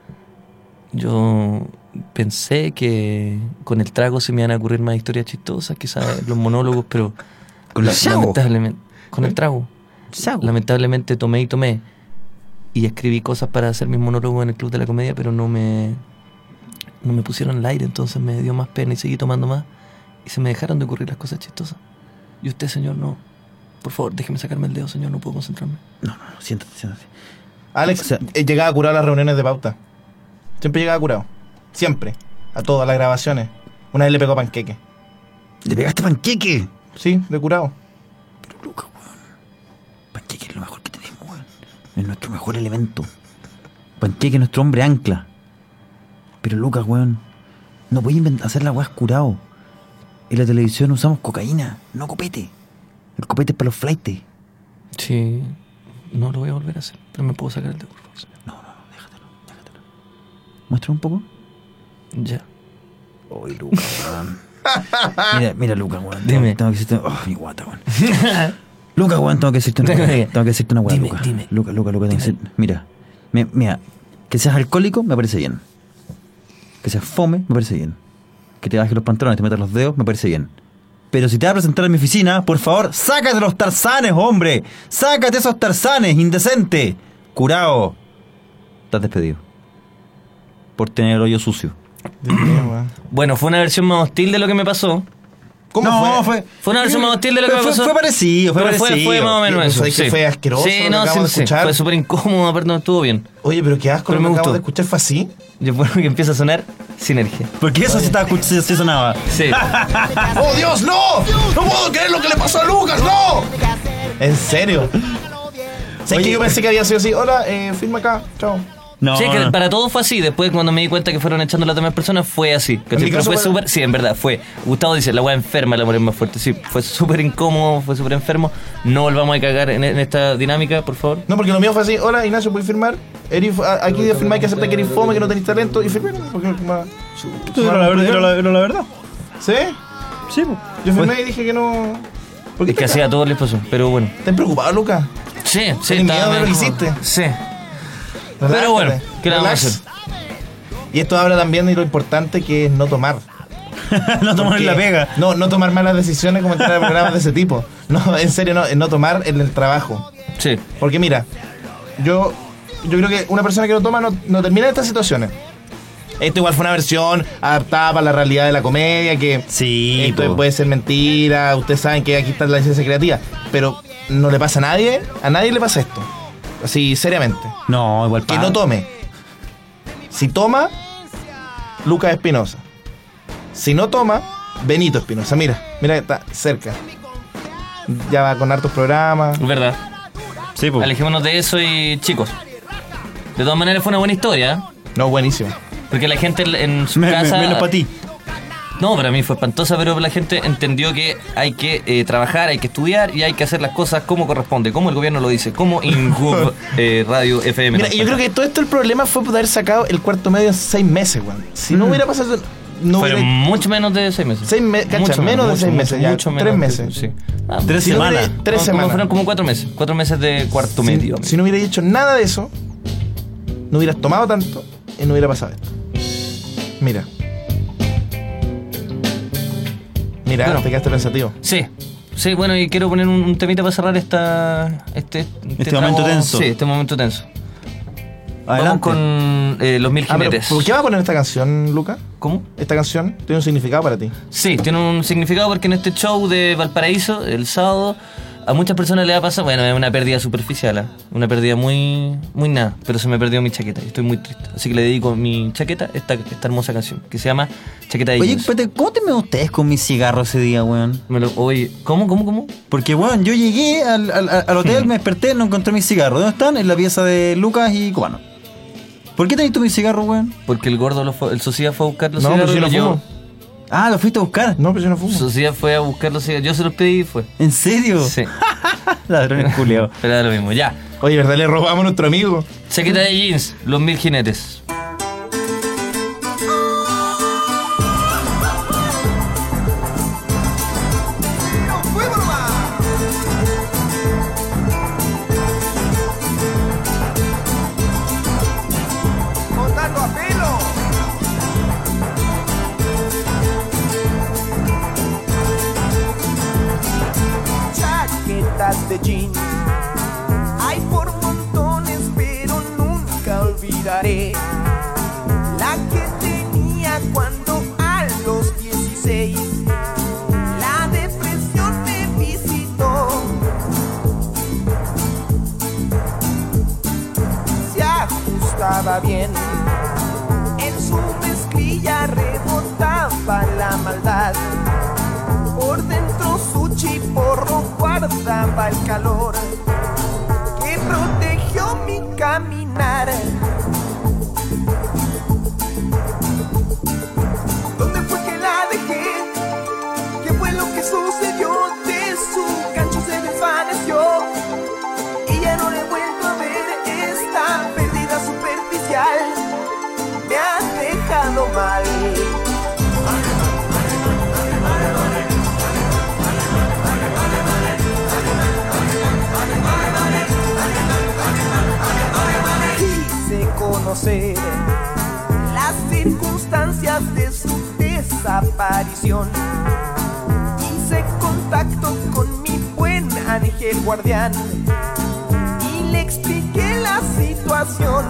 Yo pensé que con el trago se me iban a ocurrir más historias chistosas, quizás los monólogos, pero Con el la- trago. lamentablemente, con el trago. Sago. Lamentablemente tomé y tomé y escribí cosas para hacer mis monólogos en el Club de la Comedia, pero no me no me pusieron al aire, entonces me dio más pena y seguí tomando más y se me dejaron de ocurrir las cosas chistosas. Y usted, señor, no. Por favor, déjeme sacarme el dedo, señor, no puedo concentrarme. No, no, no, siéntate, siéntate. Alex O sea- eh, llegaba curado a las reuniones de pauta. Siempre llegaba curado. Siempre. A todas las grabaciones. Una vez le pegó panqueque. ¿Le pegaste panqueque? Sí, de curado. Pero Lucas, weón. Panqueque es lo mejor que tenemos, weón. Es nuestro mejor elemento. Panqueque es nuestro hombre ancla. Pero Lucas, weón, no puedes invent- hacer la weá curado. En la televisión usamos cocaína, no copete. El copete es para los flightes. Sí, no lo voy a volver a hacer, pero me puedo sacar el dedo, por favor, señor. No, no, no, déjatelo, déjatelo. Muestra un poco. Ya. Uy, Lucas, weón. Mira, mira, Lucas, weón. Dime. Tengo que decirte. Oh, mi guata, weón. Lucas, weón, tengo que decirte una Dime. weá. Tengo que decirte una weá, Dime, Lucas. dime. Lucas, Lucas, Lucas, tengo que Dime. decir- Mira, mi- mira, que seas alcohólico me parece bien. Que seas fome me parece bien. Que te bajes los pantalones, te metas los dedos me parece bien. Pero si te vas a presentar a mi oficina, por favor, sácate los tarzanes, hombre. Sácate esos tarzanes, indecente. Curao. Estás despedido. Por tener el hoyo sucio. Dios mío, weón. Bueno, fue una versión más hostil de lo que me pasó. ¿Cómo no, fue? fue? Fue una versión más hostil de lo que fue, me pasó. Fue parecido, fue Pero parecido. fue, fue más o menos Oye, eso. ¿sabes que sí. fue asqueroso Sí, lo que no, acabamos sí, de sí. escuchar? Fue súper incómodo, pero no estuvo bien. Oye, pero qué asco Pero lo me que acabo gustó. de escuchar fue así. Yo bueno que empieza a sonar sinergia. Porque eso sí, estaba, sí, sí sonaba. Sí. ¡Oh, Dios, no! ¡No puedo creer lo que le pasó a Lucas, no! ¿En serio? ¿Sabes que yo pensé que había sido así? Hola, eh, firma acá, chao. No, Sí, que no. para todos fue así. Después, cuando me di cuenta que fueron echando a las demás personas, fue así. ¿cachai? En mi Pero caso fue fue- súper. Sí, en verdad, fue. Gustavo dice: la weá enferma, el amor es más fuerte. Sí, fue súper incómodo, fue súper enfermo. No volvamos a cagar en, en esta dinámica, por favor. No, porque lo mío fue así. Hola, Ignacio, ¿puedes firmar? Eri- a- aquí de firmar que acepta que eres fome, que no tenés talento. Y firmé, porque más... Era la, verdad, era la- era la verdad. ¿Sí? Sí, pues. Yo firmé y dije que no... ¿Por qué Es que te- así a todos les pasó, pero bueno. ¿Estás preocupado, Lucas? Sí, sí, ¿Tienes estaba miedo de lo que medio- hiciste? Sí. Relájate, Pero bueno, ¿qué le vamos a relax. hacer? Y esto habla también de lo importante que es no tomar. No tomar Porque- la pega. No, no tomar malas decisiones como entrar a programas de ese tipo. No, en serio, no, no tomar en el trabajo. Sí. Porque mira, yo, yo creo que una persona que no toma no, no termina en estas situaciones. Esto igual fue una versión adaptada para la realidad de la comedia, que Sí, esto po. puede ser mentira, ustedes saben que aquí está la licencia creativa, pero no le pasa a nadie, a nadie le pasa esto. Así, seriamente. No, igual Que pa- no tome. Si toma, Lucas Espinosa. Si no toma, Benito Espinosa. Mira, mira que está cerca. Ya va con hartos programas. Es verdad. Sí, pues. Alejémonos de eso y chicos. De todas maneras fue una buena historia, ¿eh? No, buenísimo. Porque la gente en su Me- me- casa. menos para ti. No, para mí fue espantosa, pero la gente entendió que hay que eh, trabajar, hay que estudiar y hay que hacer las cosas como corresponde, como el gobierno lo dice, como Ingub eh, Radio F M. Mira, y yo creo que todo esto el problema fue poder haber sacado el cuarto medio en seis meses, weón. Si no hubiera pasado, no Fueron hubiera. mucho menos de seis meses. Seis me- cacha, Mucho menos de mucho, seis mucho, meses, ya, mucho tres menos meses. de- sí. Ah, Tres Si no semanas. hubiera- tres como- semanas. Fueron como cuatro meses. Cuatro meses de cuarto Si- medio. Si no hubiera dicho nada de eso, no hubieras tomado tanto y no hubiera pasado esto. Mira. Mira, Bueno. te quedaste pensativo. Sí. Sí, bueno, y quiero poner un, un temita para cerrar esta, este, Este momento tenso. Sí, este momento tenso. Vamos Adelante. con eh, los mil Ah, pero jinetes. ¿por qué vas a poner esta canción, Luca? ¿Cómo? Esta canción tiene un significado para ti. Sí, tiene un significado porque en este show de Valparaíso, el sábado, a muchas personas le va a pasar, bueno, es una pérdida superficial, ¿eh? Una pérdida muy muy nada, pero se me perdió mi chaqueta y estoy muy triste. Así que le dedico mi chaqueta esta, esta hermosa canción, que se llama Chaqueta de Oye, Jeans. espérate, ¿cómo te me ustedes con mi cigarro ese día, weón? Me lo- oye, ¿cómo, cómo, cómo? Porque, weón, yo llegué al, al, al hotel, me desperté, no encontré mis cigarros. ¿Dónde están? En la pieza de Lucas y Cubano. ¿Por qué tenés tú mis cigarros, weón? Porque el gordo, lo fue- el Socia fue a buscar los No, cigarros pues y yo los no llevó. fumo. Ah, lo fuiste a buscar. No, pero yo no fumo. Socia fue a buscar los cigarros. Yo se los pedí y fue. ¿En serio? Sí, Ladrones culiados. pero da lo mismo. Ya. Oye, ¿verdad? Le robamos a nuestro amigo. Chaqueta de jeans, los mil jinetes. Montando a pelo. Chaquetas de jeans hay por montones, pero nunca olvidaré la que tenía cuando a los dieciséis la depresión me visitó. Se ajustaba bien, en su mezclilla rebotaba la maldad. Por dentro su chiporro guardaba el calor que protegió mi caminar. ¿Dónde fue que la dejé? ¿Qué fue lo que sucedió? De su gancho se desvaneció y ya no le he vuelto a ver. Esta pérdida superficial me ha dejado mal. Quise conocer las circunstancias de su desaparición. Quise contacto con mi buen ángel guardián y le expliqué la situación.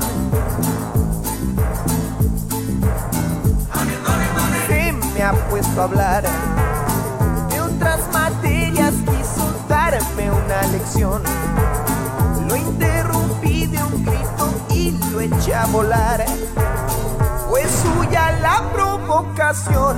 Se me ha puesto a hablar de otras materias, quiso darme una lección. Lo interrumpí de un grito y lo eché a volar. Fue suya la provocación.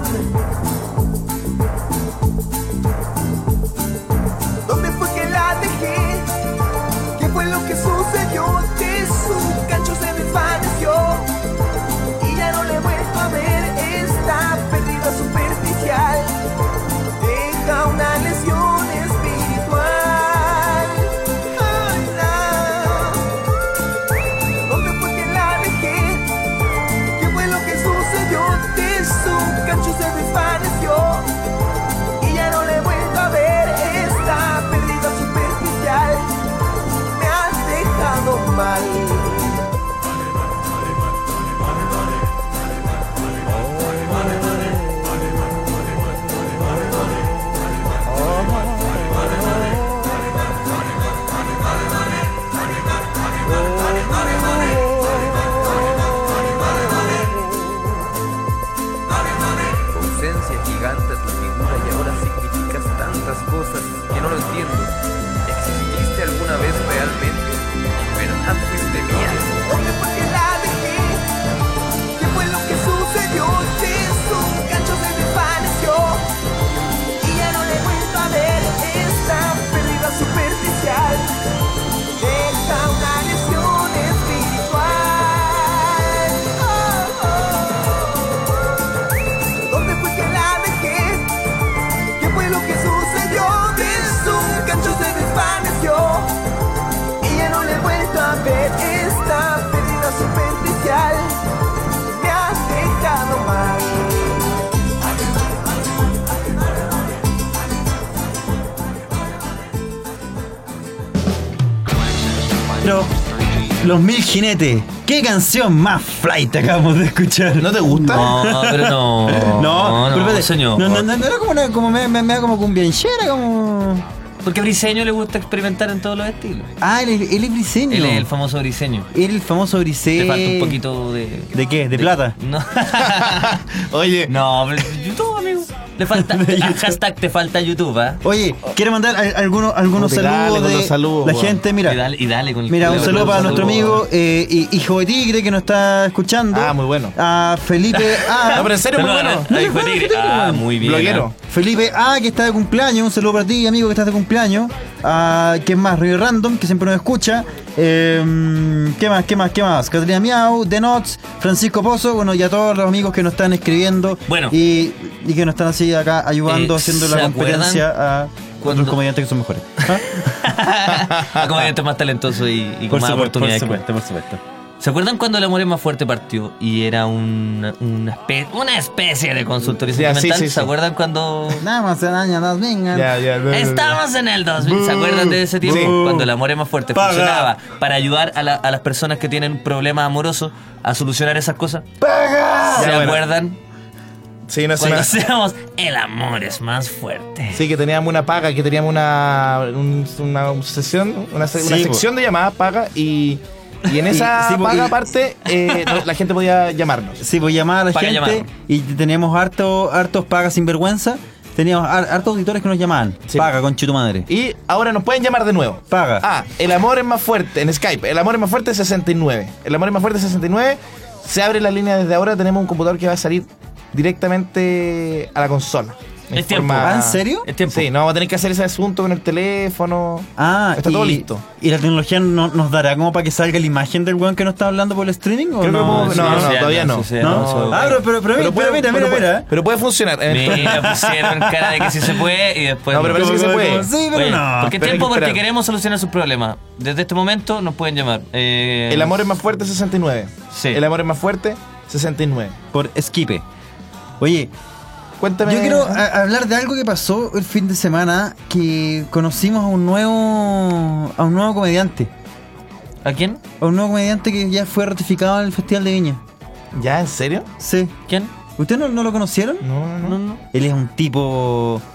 ¿Dónde fue que la dejé? ¿Qué fue lo que sucedió? De su gancho se desvaneció y ya no le he vuelto a ver. Está perdida, superficial, deja una lesión espiritual. Ay, no. ¿Dónde fue que la dejé? ¿Qué fue lo que sucedió? De su gancho se desvaneció y ya no le he vuelto a ver. Está perdida, superficial, me has dejado mal. Tu ausencia gigante tu figura y ahora significas tantas cosas que no lo entiendo. ¿Exististe alguna vez realmente? ¿En verdad fuiste mía? ¿Dónde fue que la dejé? ¿Qué fue lo que sucedió? De su gancho se desvaneció y ya no le he vuelto a ver. Está perdida, superficial, deja una lesión espiritual. Oh, oh. ¿Dónde fue que la dejé? ¿Qué fue lo que sucedió? De su gancho se desvaneció y ya no le he vuelto a ver. Está perdida, superficial, me has dejado mal. Pero, Los Mil Jinetes. ¿Qué canción más flight acabamos de escuchar? ¿No te gusta? No, pero no. No, no, pero espérate, señor. No, no, no, no era como una, como me, me, me da como cumbianchera, como. Porque a Briseño le gusta experimentar en todos los estilos. Ah, él, él es briseño. Él es el famoso Briseño. Él el famoso briseño. Te falta un poquito de... ¿De qué? ¿De plata? No. Oye, No, pero YouTube, amigo. Le falta... Hashtag te falta YouTube, ¿ah? Oye, ¿quiere mandar a- algunos, algunos Como te dale saludos con de los saludos, la weón. gente? Mira, Y dale, y dale con el... mira, un con saludo el para nuestro saludo. amigo eh, hi- Hijo de Tigre que nos está escuchando. Ah, muy bueno. A Felipe A. No, pero en serio, muy Saludos, bueno. ¿eh? Ahí fue Tigre. Ah, muy bien. Bloguero. Felipe A, que está de cumpleaños. Un saludo para ti, amigo, que estás de cumpleaños. Ah, ¿quién más? Río Random, que siempre nos escucha. Eh, ¿Qué más? ¿Qué más? ¿Qué más? Catalina Miau, The Nots, Francisco Pozo. Bueno, y a todos los amigos que nos están escribiendo. Bueno. Y, y que nos están así acá ayudando, Eh, haciendo ¿se la competencia a cuando- otros comediantes que son mejores. A comediante más talentoso y, y con más oportunidades. por supuesto. ¿Se acuerdan cuando El Amor es Más Fuerte partió y era una, una, espe- una especie de consultorio Ya, sí, sentimental? sí, sí. ¿Se acuerdan cuando Nada más en años, nos vengan. Ya, ya, ya, ya. estamos en el dos mil? ¿Se acuerdan de ese tiempo? Sí. Cuando El Amor es Más Fuerte Paga. funcionaba para ayudar a, la- a las personas que tienen problemas amorosos a solucionar esas cosas. ¡Paga! ¿Se Ya, bueno. acuerdan? Sí, no sé. Cuando hacíamos El Amor es Más Fuerte. Sí, que teníamos una paga, que teníamos una, un- una sesión, una, se- una Sí, sección de llamadas paga y, y en esa sí, po, paga y- aparte eh, no- la gente podía llamarnos. Sí, pues llamar a la Paga gente llamar. y teníamos harto, hartos pagas sin vergüenza. Teníamos har- hartos auditores que nos llamaban. Sí. Paga, conche tu madre. Y ahora nos pueden llamar de nuevo. Paga. Ah, El Amor es Más Fuerte en Skype. El Amor es Más Fuerte sesenta y nueve. El Amor es Más Fuerte sesenta y nueve. Se abre la línea desde ahora. Tenemos un computador que va a salir directamente a la consola. En Es tiempo. Ah, ¿en serio? Es tiempo. Sí, no vamos a tener que hacer ese asunto con el teléfono. Ah, Está y, todo listo. ¿Y la tecnología no- nos dará como para que salga la imagen del weón que nos está hablando por el streaming? ¿o Creo que no? podemos- Sí, no, no, sí, todavía no. sí, sí, ¿No? no, Ah, pero, pero, pero, mira, puede- mira, pero mira, puede- mira. pero puede funcionar. Mira, pusieron cara de que sí se puede y después No, pero no. parece que se Como- puede. como- Sí, pero Oye, no. ¿Por qué pero hay tiempo? que Porque esperar. queremos solucionar sus problemas. Desde este momento nos pueden llamar. Eh, El Amor es Más Fuerte sesenta y nueve. Sí. El Amor es Más Fuerte sesenta y nueve. Por Esquipe. Oye, Cuéntame. yo quiero a- hablar de algo que pasó el fin de semana, que conocimos a un nuevo a un nuevo comediante. ¿A quién? A un nuevo comediante que ya fue ratificado en el Festival de Viña. ¿Ya? ¿En serio? Sí. ¿Quién? ¿Ustedes no, no lo conocieron? No, no, no. No, no. Él es un tipo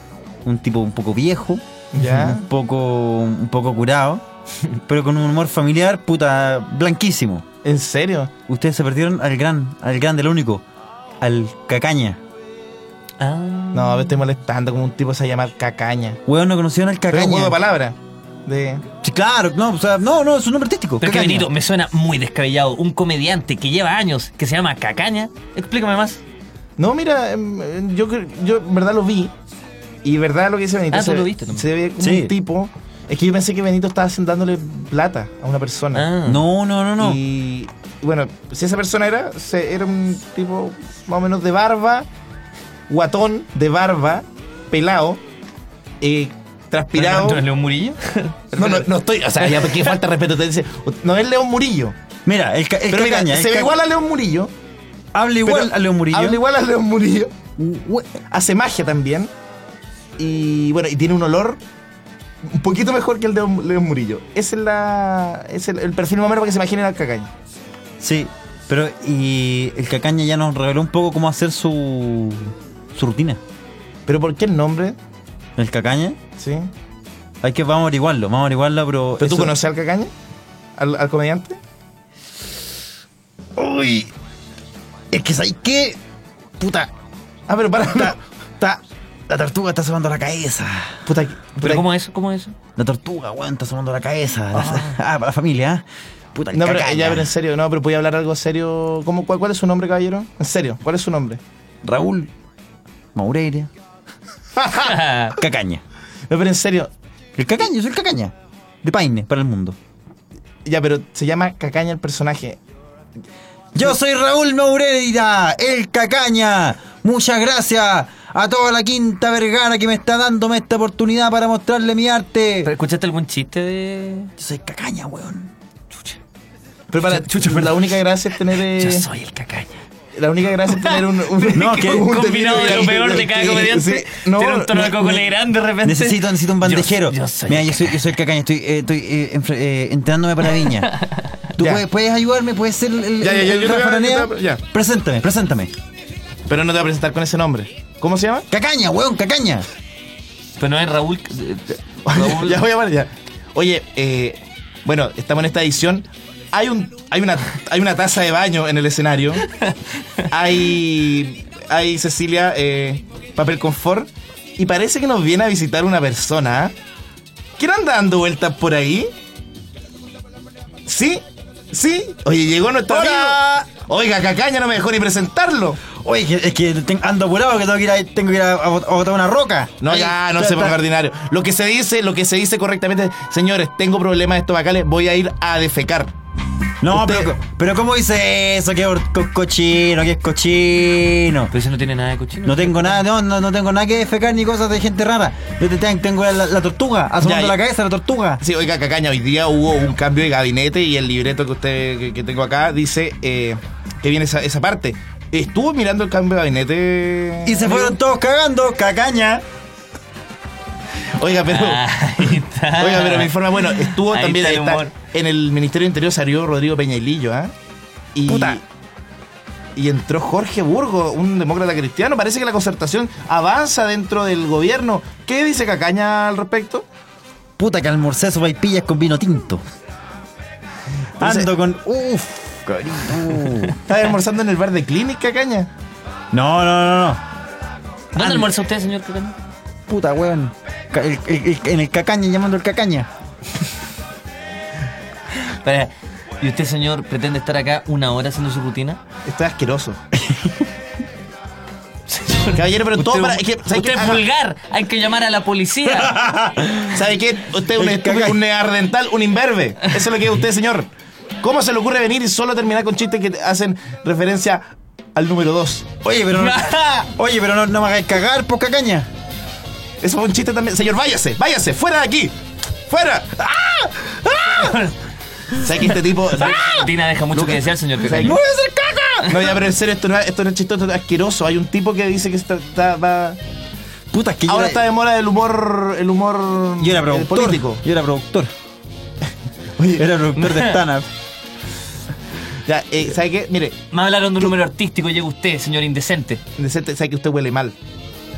un tipo un poco viejo, Ya. un poco, un poco curado, pero con un humor familiar, puta, blanquísimo. ¿En serio? Ustedes se perdieron al gran, al grande, el único, al Cacaña. Ah. No, me estoy molestando como un tipo se llama Cacaña. Weón, no conocieron al Pero es un juego Cacaña. de palabras. De... Sí, claro, no, o sea, no, no, es un nombre artístico. Pero que Cacaña. Benito, me suena muy descabellado. Un comediante que lleva años, que se llama Cacaña. Explícame más. No, mira, em, yo cre- yo en verdad lo vi. Y verdad lo que dice Benito. Ah, tú se, lo viste también. se ve como Sí. un tipo. Es que yo pensé que Benito estaba dándole plata a una persona. Ah. No, no, no, no. Y bueno, si esa persona era, se- era un tipo más o menos de barba, guatón, de barba, pelado, eh, transpirado. ¿No es León Murillo? No, no, no estoy, o sea, ya que falta de respeto, te dice, no es León Murillo. Mira, el, ca- el Pero mira, Cacaña. el se ve ca- igual a León Murillo. Habla igual pero a León Murillo. Habla igual a León Murillo. We- Hace magia también. Y bueno, y tiene un olor un poquito mejor que el de León Murillo. Ese es, la, es el, el perfil más o menos para que se imaginen al Cacaña. Sí, pero y el Cacaña ya nos reveló un poco cómo hacer su, su rutina. ¿Pero por qué el nombre? El Cacaña, ¿Sí? hay que, vamos a averiguarlo, vamos a averiguarlo, pero... ¿Pero tú eso- conoces al Cacaña? ¿Al, al comediante? Uy, es que ¿sabes qué? Puta, Ah, pero para. está, está, la tortuga está sonando la cabeza. Puta, ¿Pero puta- cómo es eso? ¿Cómo es eso? La tortuga, weón, está sonando la cabeza. La- ah, para la familia, ¿eh? Puta, el No, pero Cacaña. ya, pero en serio, no, pero voy a hablar algo serio. ¿Cómo, cuál, ¿Cuál es su nombre, caballero? En serio, ¿cuál es su nombre? Raúl Maureira Cacaña. No, pero en serio. El Cacaña, es el Cacaña. De Paine, para el mundo. Ya, pero se llama Cacaña el personaje. Yo soy Raúl Maureira, el Cacaña. Muchas gracias a toda la quinta vergara que me está dándome esta oportunidad para mostrarle mi arte. ¿Pero ¿Escuchaste algún chiste de...? Yo soy Cacaña, weón. Pero para, la única gracia es tener. eh, Yo soy el Cacaña. La única gracia es tener un. un No, que- un Combinado de lo delirio peor de cada que- comediante. sí, no, Tiene un tono de no, Coco no. Legrand de repente. Necesito, necesito un bandejero. Yo, yo soy Mira, el yo soy, yo soy el Cacaña, estoy, eh, estoy eh, enfre- eh, entrenándome para Viña. ¿Tú Ya. puedes, puedes ayudarme? ¿Puedes ser el, el, Ya, ya, ya, el yo te voy a- Rafa Aranea? yo te voy a- ya. Preséntame, preséntame. Pero no te voy a presentar con ese nombre. ¿Cómo se llama? Cacaña, weón, Cacaña. Pero no es Raúl... eh, Raúl... Ya voy a llamar ya. Oye, eh, bueno, estamos en esta edición. Hay un, hay una, hay una taza de baño en el escenario. Hay, hay Cecilia, eh, papel confort. Y parece que nos viene a visitar una persona. ¿eh? ¿Quién anda dando vueltas por ahí? ¿Sí? ¿Sí? Oye, llegó nuestro ¡Hola! amigo. Oiga, Cacaña, no me dejó ni presentarlo. Oye, que- es que ten- ando apurado que tengo que ir a, tengo que ir a, a bot- a botar una roca. No, Ahí, ya, no está- se ponga está- ordinario. Lo que se dice, lo que se dice correctamente, señores, tengo problemas estomacales, voy a ir a defecar. No, Usted- pero, pero ¿cómo dice eso? Que es co- cochino, que es cochino. Pero eso no tiene nada de cochino. No tengo nada, no, no, no tengo nada que defecar ni cosas de gente rara. Yo te tengo, tengo la, la tortuga, asomando Ya, la ya. cabeza la tortuga. Sí, oiga, Cacaña, hoy día hubo un cambio de gabinete y el libreto que usted que, que tengo acá dice eh, que viene esa, esa parte. Estuvo mirando el cambio de gabinete. Y se fueron todos cagando, Cacaña. Oiga, pero. Ahí está. Oiga, pero me informa, bueno, estuvo Ahí también está el está- humor. en el Ministerio de Interior salió Rodrigo Peñailillo, ¿ah? Y, Puta. y entró Jorge Burgo, un demócrata cristiano. Parece que la concertación avanza dentro del gobierno. ¿Qué dice Cacaña al respecto? Puta que almorcé sopaipillas con vino tinto. Entonces- Ando con. Uff, carito. ¿Está almorzando en el bar de Clinic, Cacaña? No, no, no, no. ¿Dónde almuerza usted, señor Cacaña? Puta, weón. Ca- el- el- el- en el Cacaña, llamando el Cacaña. Espera, ¿y usted, señor, pretende estar acá una hora haciendo su rutina? Esto es asqueroso. Caballero, pero todo Usted, para. Es que, ¿sabe usted qué? es Haga- vulgar, hay que llamar a la policía. ¿Sabe qué? Usted es un El estúpido, Cacaña. un neandertal, un imberbe. Eso es lo que es usted, señor. ¿Cómo se le ocurre venir y solo terminar con chistes que hacen referencia al número dos? Oye, pero no. Oye, pero no, no me hagáis cagar, por Cacaña. Eso fue un chiste también. Señor, váyase, váyase, fuera de aquí. ¡Fuera! ¡Ah! ¡Ah! ¿Sabe que este tipo. La rutina deja mucho que desear, señor Cacaña. ¡No voy a hacer caca! No, ya, pero en serio, esto no, es- esto no es chistoso, esto es asqueroso. Hay un tipo que dice que está, está- va- Puta, es que yo ahora era- está de moda el humor. El humor. Yo era eh, productor. político. Yo era productor. Oye, Era productor de stand-up. ya, eh, ¿sabe qué? Mire, Me hablaron de un número artístico, llega usted, señor indecente. decente, sabe que usted huele mal.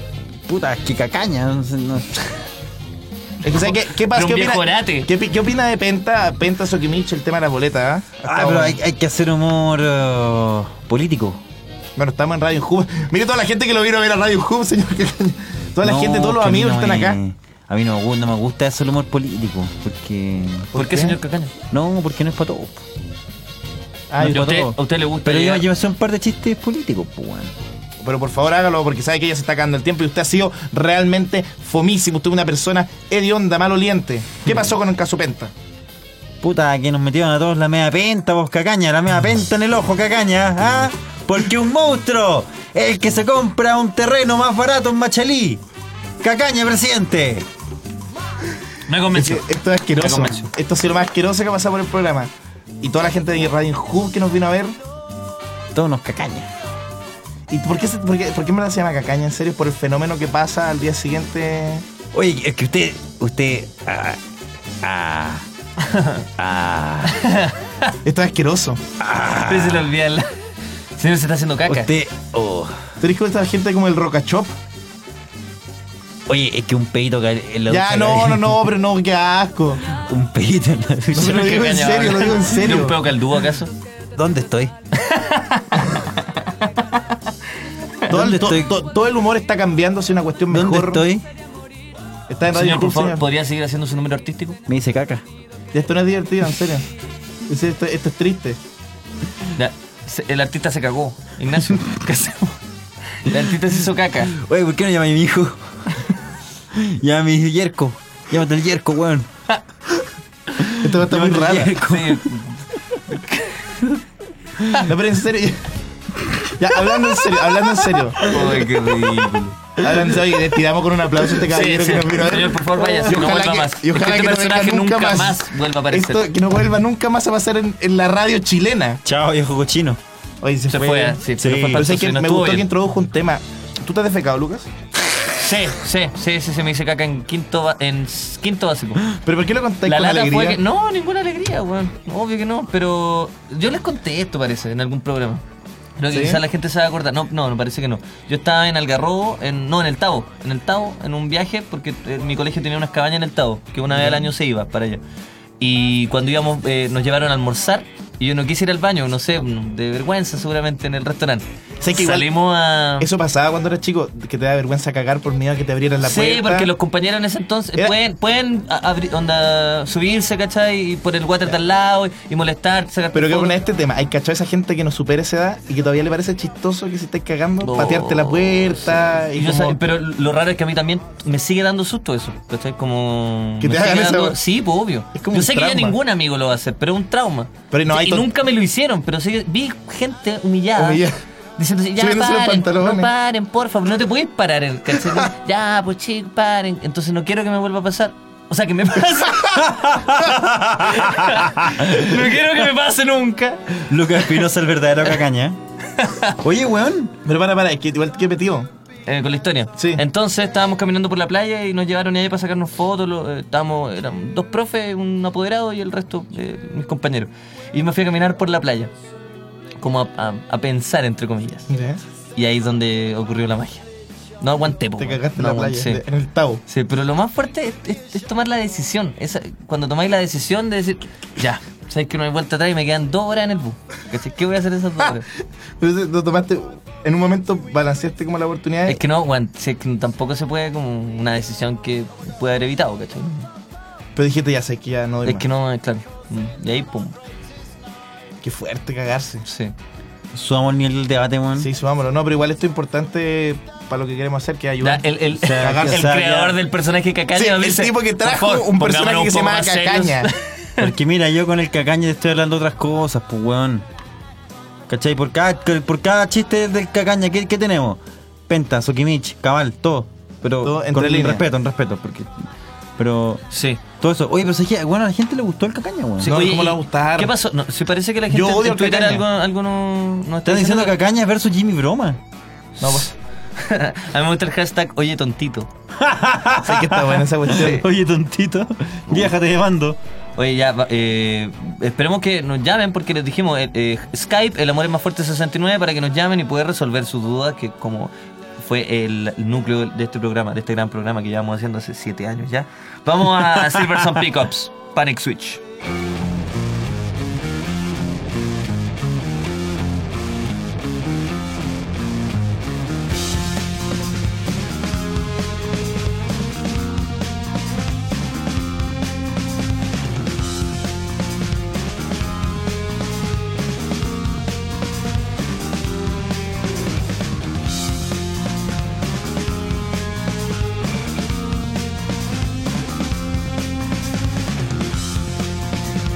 puta, qué cacaña. No sé, no. Es que, ¿sabes qué, qué pasa? Pero un ¿Qué viejo opina, orate. ¿qué, pi- ¿Qué opina de Penta, Penta Sokimich, el tema de las boletas? ¿eh? Ah, pero hay, hay que hacer humor uh, político. Bueno, estamos en Radio Hub. Mire toda la gente que lo vino a ver a Radio Hub, señor. Toda la No, gente, todos los que a mí amigos no que están me- acá. A mí no me, gusta, no me gusta eso el humor político. Porque. ¿Por qué, señor Cacaña? No, porque no es para todos. Ah, No, y- ¿Y a usted, todo. a usted le gusta Pero yo llegar- me hacer un par de chistes políticos, pues, weón. Pero por favor hágalo, porque sabe que ella se está cagando el tiempo y usted ha sido realmente fomísimo. Usted es una persona hedionda, maloliente. ¿Qué pasó con el caso Penta? Puta, que nos metieron a todos la media penta, vos, cacaña, la media penta en el ojo, cacaña, ¿ah? Porque un monstruo, el que se compra un terreno más barato en Machalí. Cacaña, presidente. Me Es convenció. que esto es asqueroso. Me convenció. Esto ha sido lo más asqueroso que ha pasado por el programa. Y toda la gente de Radio Hub que nos vino a ver. Todos unos cacañas. ¿Y por qué, se- por qué, por qué en verdad se llama cacaña? ¿En serio? ¿Por el fenómeno que pasa al día siguiente? Oye, es que usted, usted, ah, ah, ah, Esto es asqueroso. Usted se le olvida la... Señor, se está haciendo caca. usted, oh. ¿Te dices con esta gente como el Rocachop? Oye, es que un pedito cae en la Ya, ducha, no, cae- no, no, pero no, qué asco. Un pedito en la ducha. No, pero lo digo en serio, lo digo en ¿De serio. un peo caldúo acaso? ¿Dónde estoy? Todo el, ¿Dónde to- estoy? to- todo el humor está cambiando hacia una cuestión mejor. ¿Dónde estoy? Está en Radio Señor, por Hub, favor, señor. ¿podría seguir haciendo su número artístico? Me dice caca. Ya esto no es divertido, en serio. En serio, Esto, esto es triste. Ya, se- el artista se cagó. Ignacio, ¿qué hacemos? El artista se hizo caca. Oye, ¿por qué no llama a mi hijo? Llama a mi hijo Yerko. Llámate el Yerko, weón. Esto va a estar muy Llámate raro. el Yerko. Sí. No, pero en serio. Ya, hablando en serio, hablando en serio. Ay, qué ridículo. Hablando en serio, le tiramos con un aplauso a este Sí, caballero sí. que nos vino a ver. Señor, por favor, vaya, Y no ojalá vuelva que- más. Y ojalá Es que que, este no personaje venga nunca nunca más. más vuelva a aparecer. Esto, que no vuelva nunca más a pasar en, en la radio chilena. Chao, viejo cochino. Oye, se, Se fue. fue, sí, se nos fue Pero para sé que el me estuvo gustó que bien. introdujo un tema. ¿Tú te has defecado, Lucas? Sí, sí, sí, sí, se me hice caca en quinto, ba- en s- quinto básico. ¿Pero por qué lo contáis La con lata alegría? fue que... No, ninguna alegría, weón. Obvio que no, pero... Yo les conté esto, parece, en algún programa. Creo que ¿Sí? quizás la gente se va a acordar. No, no, no, parece que no. Yo estaba en Algarrobo, en, no, en el Tabo. En el Tabo, en un viaje, porque eh, mi colegio tenía unas cabañas en el Tabo, que una vez al año se iba para allá. Y cuando íbamos, eh, nos llevaron a almorzar, y yo no quise ir al baño, no sé, de vergüenza seguramente en el restaurante. Sé que igual- Salimos a... Eso pasaba cuando eras chico, que te da vergüenza cagar por miedo a que te abrieran la Sí, puerta. porque los compañeros en ese entonces Era- pueden, pueden a- abrir, onda, subirse, ¿cachai? Y por el water de al lado y, y molestar, sacar Pero que fotos. con este tema, hay cachado a esa gente que no supera esa edad y que todavía le parece chistoso que se estés cagando, No, patearte la puerta sí. y Y yo como- sab- pero lo raro es que a mí también me sigue dando susto eso, ¿cachai? Como... Que te me hagan sigue esa dando- wea. Sí, pues obvio. Es como Yo un sé que ya trauma. ningún amigo lo va a hacer, pero es un trauma. Pero no Sí, hay y to- nunca me lo hicieron, pero sí que vi gente humillada. Humillada. Diciendo así, ya Subiéndose los paren, pantalones. no paren, por favor, no te puedes parar, en- ¿cachai? Ya, pues chicos, paren. Entonces no quiero que me vuelva a pasar. O sea, que me pase. No quiero que me pase nunca. Lucas Espinosa, el verdadero cacaña. Oye, weón. Pero para, para, es que igual que metido. Eh, con la historia. Sí. Entonces estábamos caminando por la playa y nos llevaron allá para sacarnos fotos. Lo- eh, estábamos, eran dos profes, un apoderado y el resto, eh, mis compañeros. Y me fui a caminar por la playa. Como a, a- a pensar, entre comillas. Mira, Y ahí es donde ocurrió la magia. No aguanté, po, te weón. cagaste en No la playa, aguanté. de- en el Tabo. Sí, pero lo más fuerte es, es- es tomar la decisión. Esa, cuando tomáis la decisión de decir, ya, sabes que no hay vuelta atrás y me quedan dos horas en el bus. ¿Cachai? ¿Qué voy a hacer esas dos horas? Pero eso lo tomaste, en un momento balanceaste como la oportunidad. Es que no, weón, si es que tampoco se puede como una decisión que puede haber evitado, ¿cachai? Pero dijiste, ya sé que ya no doy Es más. que no, eh, claro. Mm, Y ahí, pum, Qué fuerte cagarse. sí. Subamos el nivel del debate, weón. Sí, subámoslo. No, pero igual esto es importante para lo que queremos hacer, que es ayudar. Ya, el el, O sea, el o sea, creador ya- del personaje Cacaña Sí, nos el dice, tipo que "Por trajo favor, un personaje pongámonos que se un poco llama más serios". Cacaña. Porque mira, yo con el cacaña te estoy hablando de otras cosas, pues, weón. ¿Cachai? Por cada, por cada chiste del cacaña, ¿qué, qué tenemos? Penta, Sokimich, Cabal, todo. Pero Todo entre con líneas. respeto, en respeto. Porque, pero Sí. todo eso. Oye, pero ¿sabes qué? Bueno, a la gente le gustó el cacaña, weón. Sí, No, oye, ¿cómo y- le va a gustar? ¿Qué pasó? No, si parece que la gente Yo odio en el Twitter Cacaña. algo, algo no, no está Están diciendo cacaña versus Jimmy Broma. No, pues. A mí me gusta el hashtag oye tontito. Sé que está buena esa cuestión. Oye, tontito, viájate llamando. Oye, ya, va- eh, esperemos que nos llamen porque les dijimos, eh, eh, Skype, el amor es más fuerte sesenta y nueve, para que nos llamen y poder resolver sus dudas, que como fue el núcleo de este programa, de este gran programa que llevamos haciendo hace siete años ya. Vamos a Silverson Pickups, Panic Switch. Thank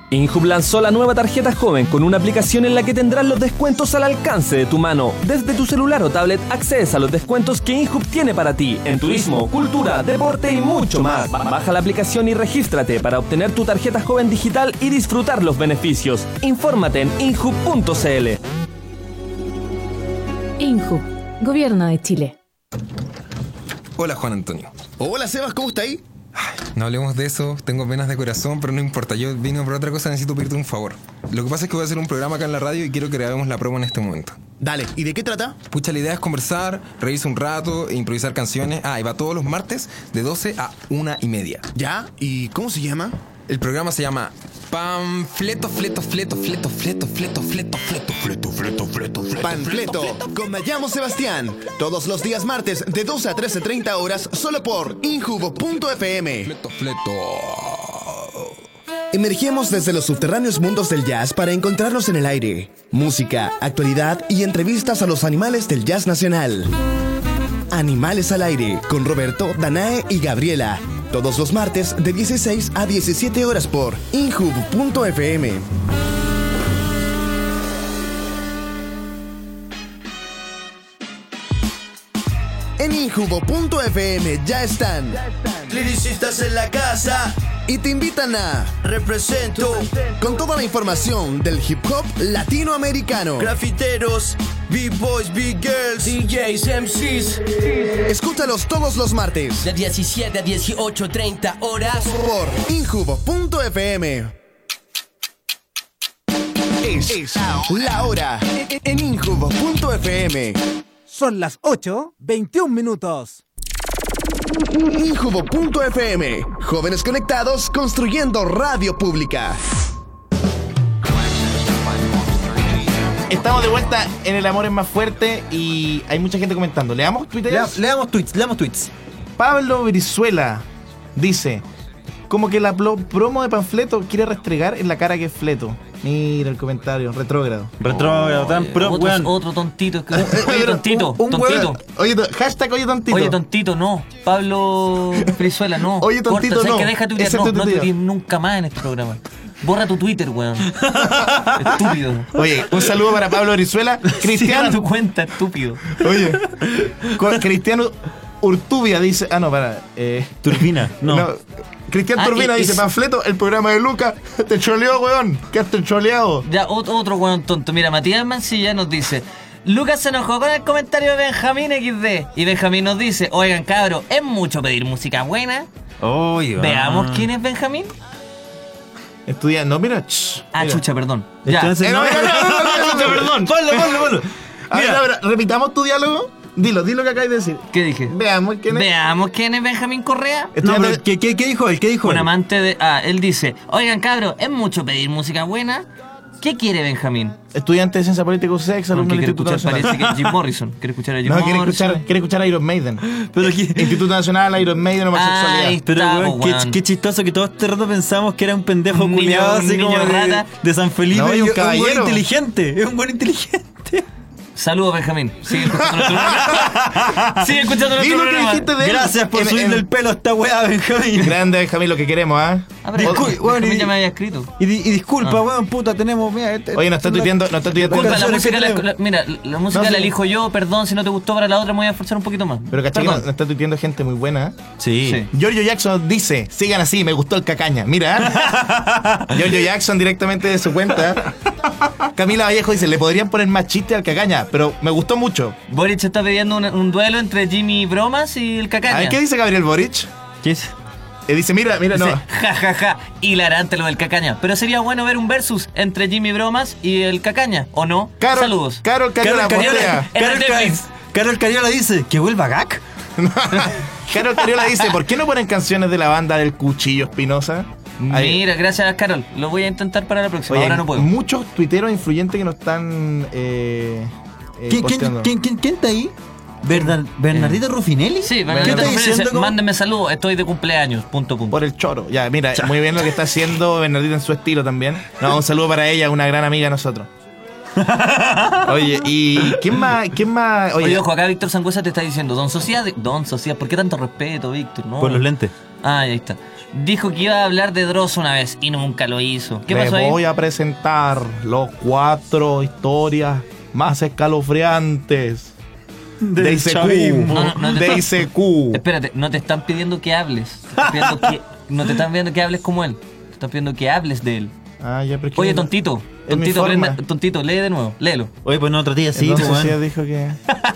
Inhub lanzó la nueva tarjeta joven con una aplicación en la que tendrás los descuentos al alcance de tu mano. Desde tu celular o tablet accedes a los descuentos que Inhub tiene para ti en turismo, cultura, deporte y mucho más. Baja la aplicación y regístrate para obtener tu tarjeta joven digital y disfrutar los beneficios. Infórmate en inhub punto cl. Inhub, Gobierno de Chile. Hola, Juan Antonio. Hola, Sebas, ¿cómo está ahí? No hablemos de eso, tengo penas de corazón, pero no importa, yo vine por otra cosa, necesito pedirte un favor. Lo que pasa es que voy a hacer un programa acá en la radio y quiero que grabemos la promo en este momento. Dale, ¿y de qué trata? Pucha, la idea es conversar, reírse un rato e improvisar canciones. Ah, y va todos los martes de doce a una y media. ¿Ya? ¿Y cómo se llama? El programa se llama Panfleto, fleto, fleto, fleto, fleto, fleto, fleto, fleto, fleto, fleto, fleto, fleto. Panfleto, con Me llamo Sebastián. Todos los días martes de doce a trece treinta horas, solo por inhub punto f m. Fleto, fleto. Emergemos desde los subterráneos mundos del jazz para encontrarnos en el aire. Música, actualidad y entrevistas a los animales del jazz nacional. Animales al aire, con Roberto, Danae y Gabriela. Todos los martes de dieciséis a diecisiete horas por inhub punto f m. En inhub punto f m ya están Lyricistas en la casa y te invitan a Represento con toda la información del hip hop latinoamericano. Grafiteros, B-boys, B-girls, D Js, M Cs. Escúchalos todos los martes De diecisiete a dieciocho treinta horas por inhub punto f m. Es, es la hora en inhub punto f m. Son las ocho, veintiún minutos. inhub punto f m. Jóvenes conectados construyendo radio pública. Estamos de vuelta en El Amor es Más Fuerte y hay mucha gente comentando. ¿Leamos Twitter? Lea- leamos tweets, leamos tweets. Pablo Brizuela dice: como que la plo- promo de Panfleto quiere restregar en la cara que es Fleto. Mira el comentario, retrógrado. Retrógrado, tan pro, otro, weón. otro tontito. que- Oye, tontito, Un tontito. huevo- Oye, to- hashtag oye tontito. Oye, tontito, no. Pablo Brizuela, no. Oye, tontito, Corta, ¿sabes no. que deja tuitear? Ese No, es tu no tuiteo. tuitees nunca más en este programa. Borra tu Twitter, weón. Estúpido. Oye, un saludo para Pablo Brizuela. Cierra Cristiano. tu cuenta, estúpido. Oye, co- Cristiano Urtubia dice. Ah, no, para. Eh, Turbina, no. Cristian Ah, Turbina es- dice: Panfleto, el programa de Lucas. Te choleó, weón. Que te choleado. Ya, otro, otro weón tonto. Mira, Matías Mancilla nos dice: Lucas se enojó con el comentario de Benjamín equis de. Y Benjamín nos dice: oigan, cabro, ¿es mucho pedir música buena? Oye, va. Veamos quién es Benjamín. Estudia. No, mira. Shh, Ah, mira. chucha, perdón. Es Ya. que no se- Eh, no, no, no, no, no, no, no, perdón. Ponlo, ponlo, ponlo. A ver, Mira. a ver, repitamos tu diálogo. Dilo, dilo que acabas de decir. ¿Qué dije? Veamos quién es. Veamos quién es Benjamín Correa. No, Estudiante- pero ¿qué, qué, qué dijo él? ¿Qué dijo Un él? amante de. Ah, él dice: oigan, cabro, ¿es mucho pedir música buena? ¿Qué quiere Benjamín? Estudiante de Ciencia Política y Sex, alumno Aunque del quiere Instituto escuchar, Nacional. parece que es Jim Morrison. Quiere escuchar a Jim No, quiere Morrison. escuchar, quiere escuchar a Iron Maiden. Pero que- Instituto Nacional, Iron Maiden, homosexualidad. Ay, Pero, Está, weón, po, qué, weón. qué chistoso que todo este rato pensamos que era un pendejo Un niño- culiado un así niño como de, rata. de San Felipe. No, y un y es un caballero. buen inteligente. Es un buen inteligente. Saludos, Benjamín. Sigue escuchando nuestro programa. Sigue escuchando nuestro Dilo que programa. dijiste de él. Gracias por En- subirle en- el pelo a esta weá, Benjamín. Grande Benjamín, lo que queremos, ¿ah? Ah, pero Discul- Benjamín bueno, y- ya me había escrito. Y, di- y disculpa, Ah. weón, puta, tenemos. Mira, este- Oye, no está tuiteando, no está tuiteando. Disculpa, la canciones música que la, tenemos. la- mira, la música No, la sí. elijo yo, perdón si no te gustó, para la otra me voy a esforzar un poquito más. Pero caché que no, Perdón. no está tuiteando gente muy buena. ¿eh? Sí. Sí. Giorgio Jackson dice: sigan así, me gustó el cacaña. Mira, ¿eh? Giorgio Jackson directamente de su cuenta. Camila Vallejo dice: le podrían poner más chiste al cacaña, pero me gustó mucho. Boric está pidiendo un, un duelo entre Jimmy Bromas y el A Cacaña. ver, ¿qué dice Gabriel Boric? ¿Qué es? Eh, dice: mira, mira, no. Dice, ja, ja, ja, hilarante lo del Cacaña. Pero sería bueno ver un versus entre Jimmy Bromas y el Cacaña, ¿o no? Carol, Saludos. Carol Cariola Carol Cariola. postea. En Carol, Netflix. Ca- Carol Cariola dice que vuelva Gak. Carol Cariola dice: ¿por qué no ponen canciones de la banda del Cuchillo Espinosa? Ahí. Mira, gracias, Carol. Lo voy a intentar para la próxima. Oye, Ahora no puedo. muchos tuiteros influyentes que no están eh, eh, ¿Quién, quién, posteando. quién, quién, quién está ahí? ¿Bernard- ¿Bernardito Rufinelli? Sí, ¿Qué Bernardito está Rufinelli diciendo? dice, como- mándenme saludos, estoy de cumpleaños, punto, punto. Por el choro. Ya, mira, muy bien lo que está haciendo Bernardita en su estilo también. No, un saludo para ella, una gran amiga de nosotros. Oye, ¿y quién más? ¿Quién más? Oye, Oye, ojo, acá Víctor Sangüesa te está diciendo, Don Sociedad, Don Sociedad, ¿por qué tanto respeto, Víctor? No. Por los lentes. Ah, ahí está. Dijo que iba a hablar de Dross una vez y nunca lo hizo. ¿Qué Me pasó ahí? voy a presentar los cuatro historias más escalofriantes de Del I C Q. chavismo. No, no, no te de están- I C Q. Espérate, no te están pidiendo que hables. Te están pidiendo que- no te están pidiendo que hables como él. Te están pidiendo que hables de él. Ah, ya, pero es que Oye, no- tontito. es mi Tontito, forma. prenda- tontito, lee de nuevo. Léelo. Oye, pues no, otro día El sí, Don pues, Socia weón. dijo que...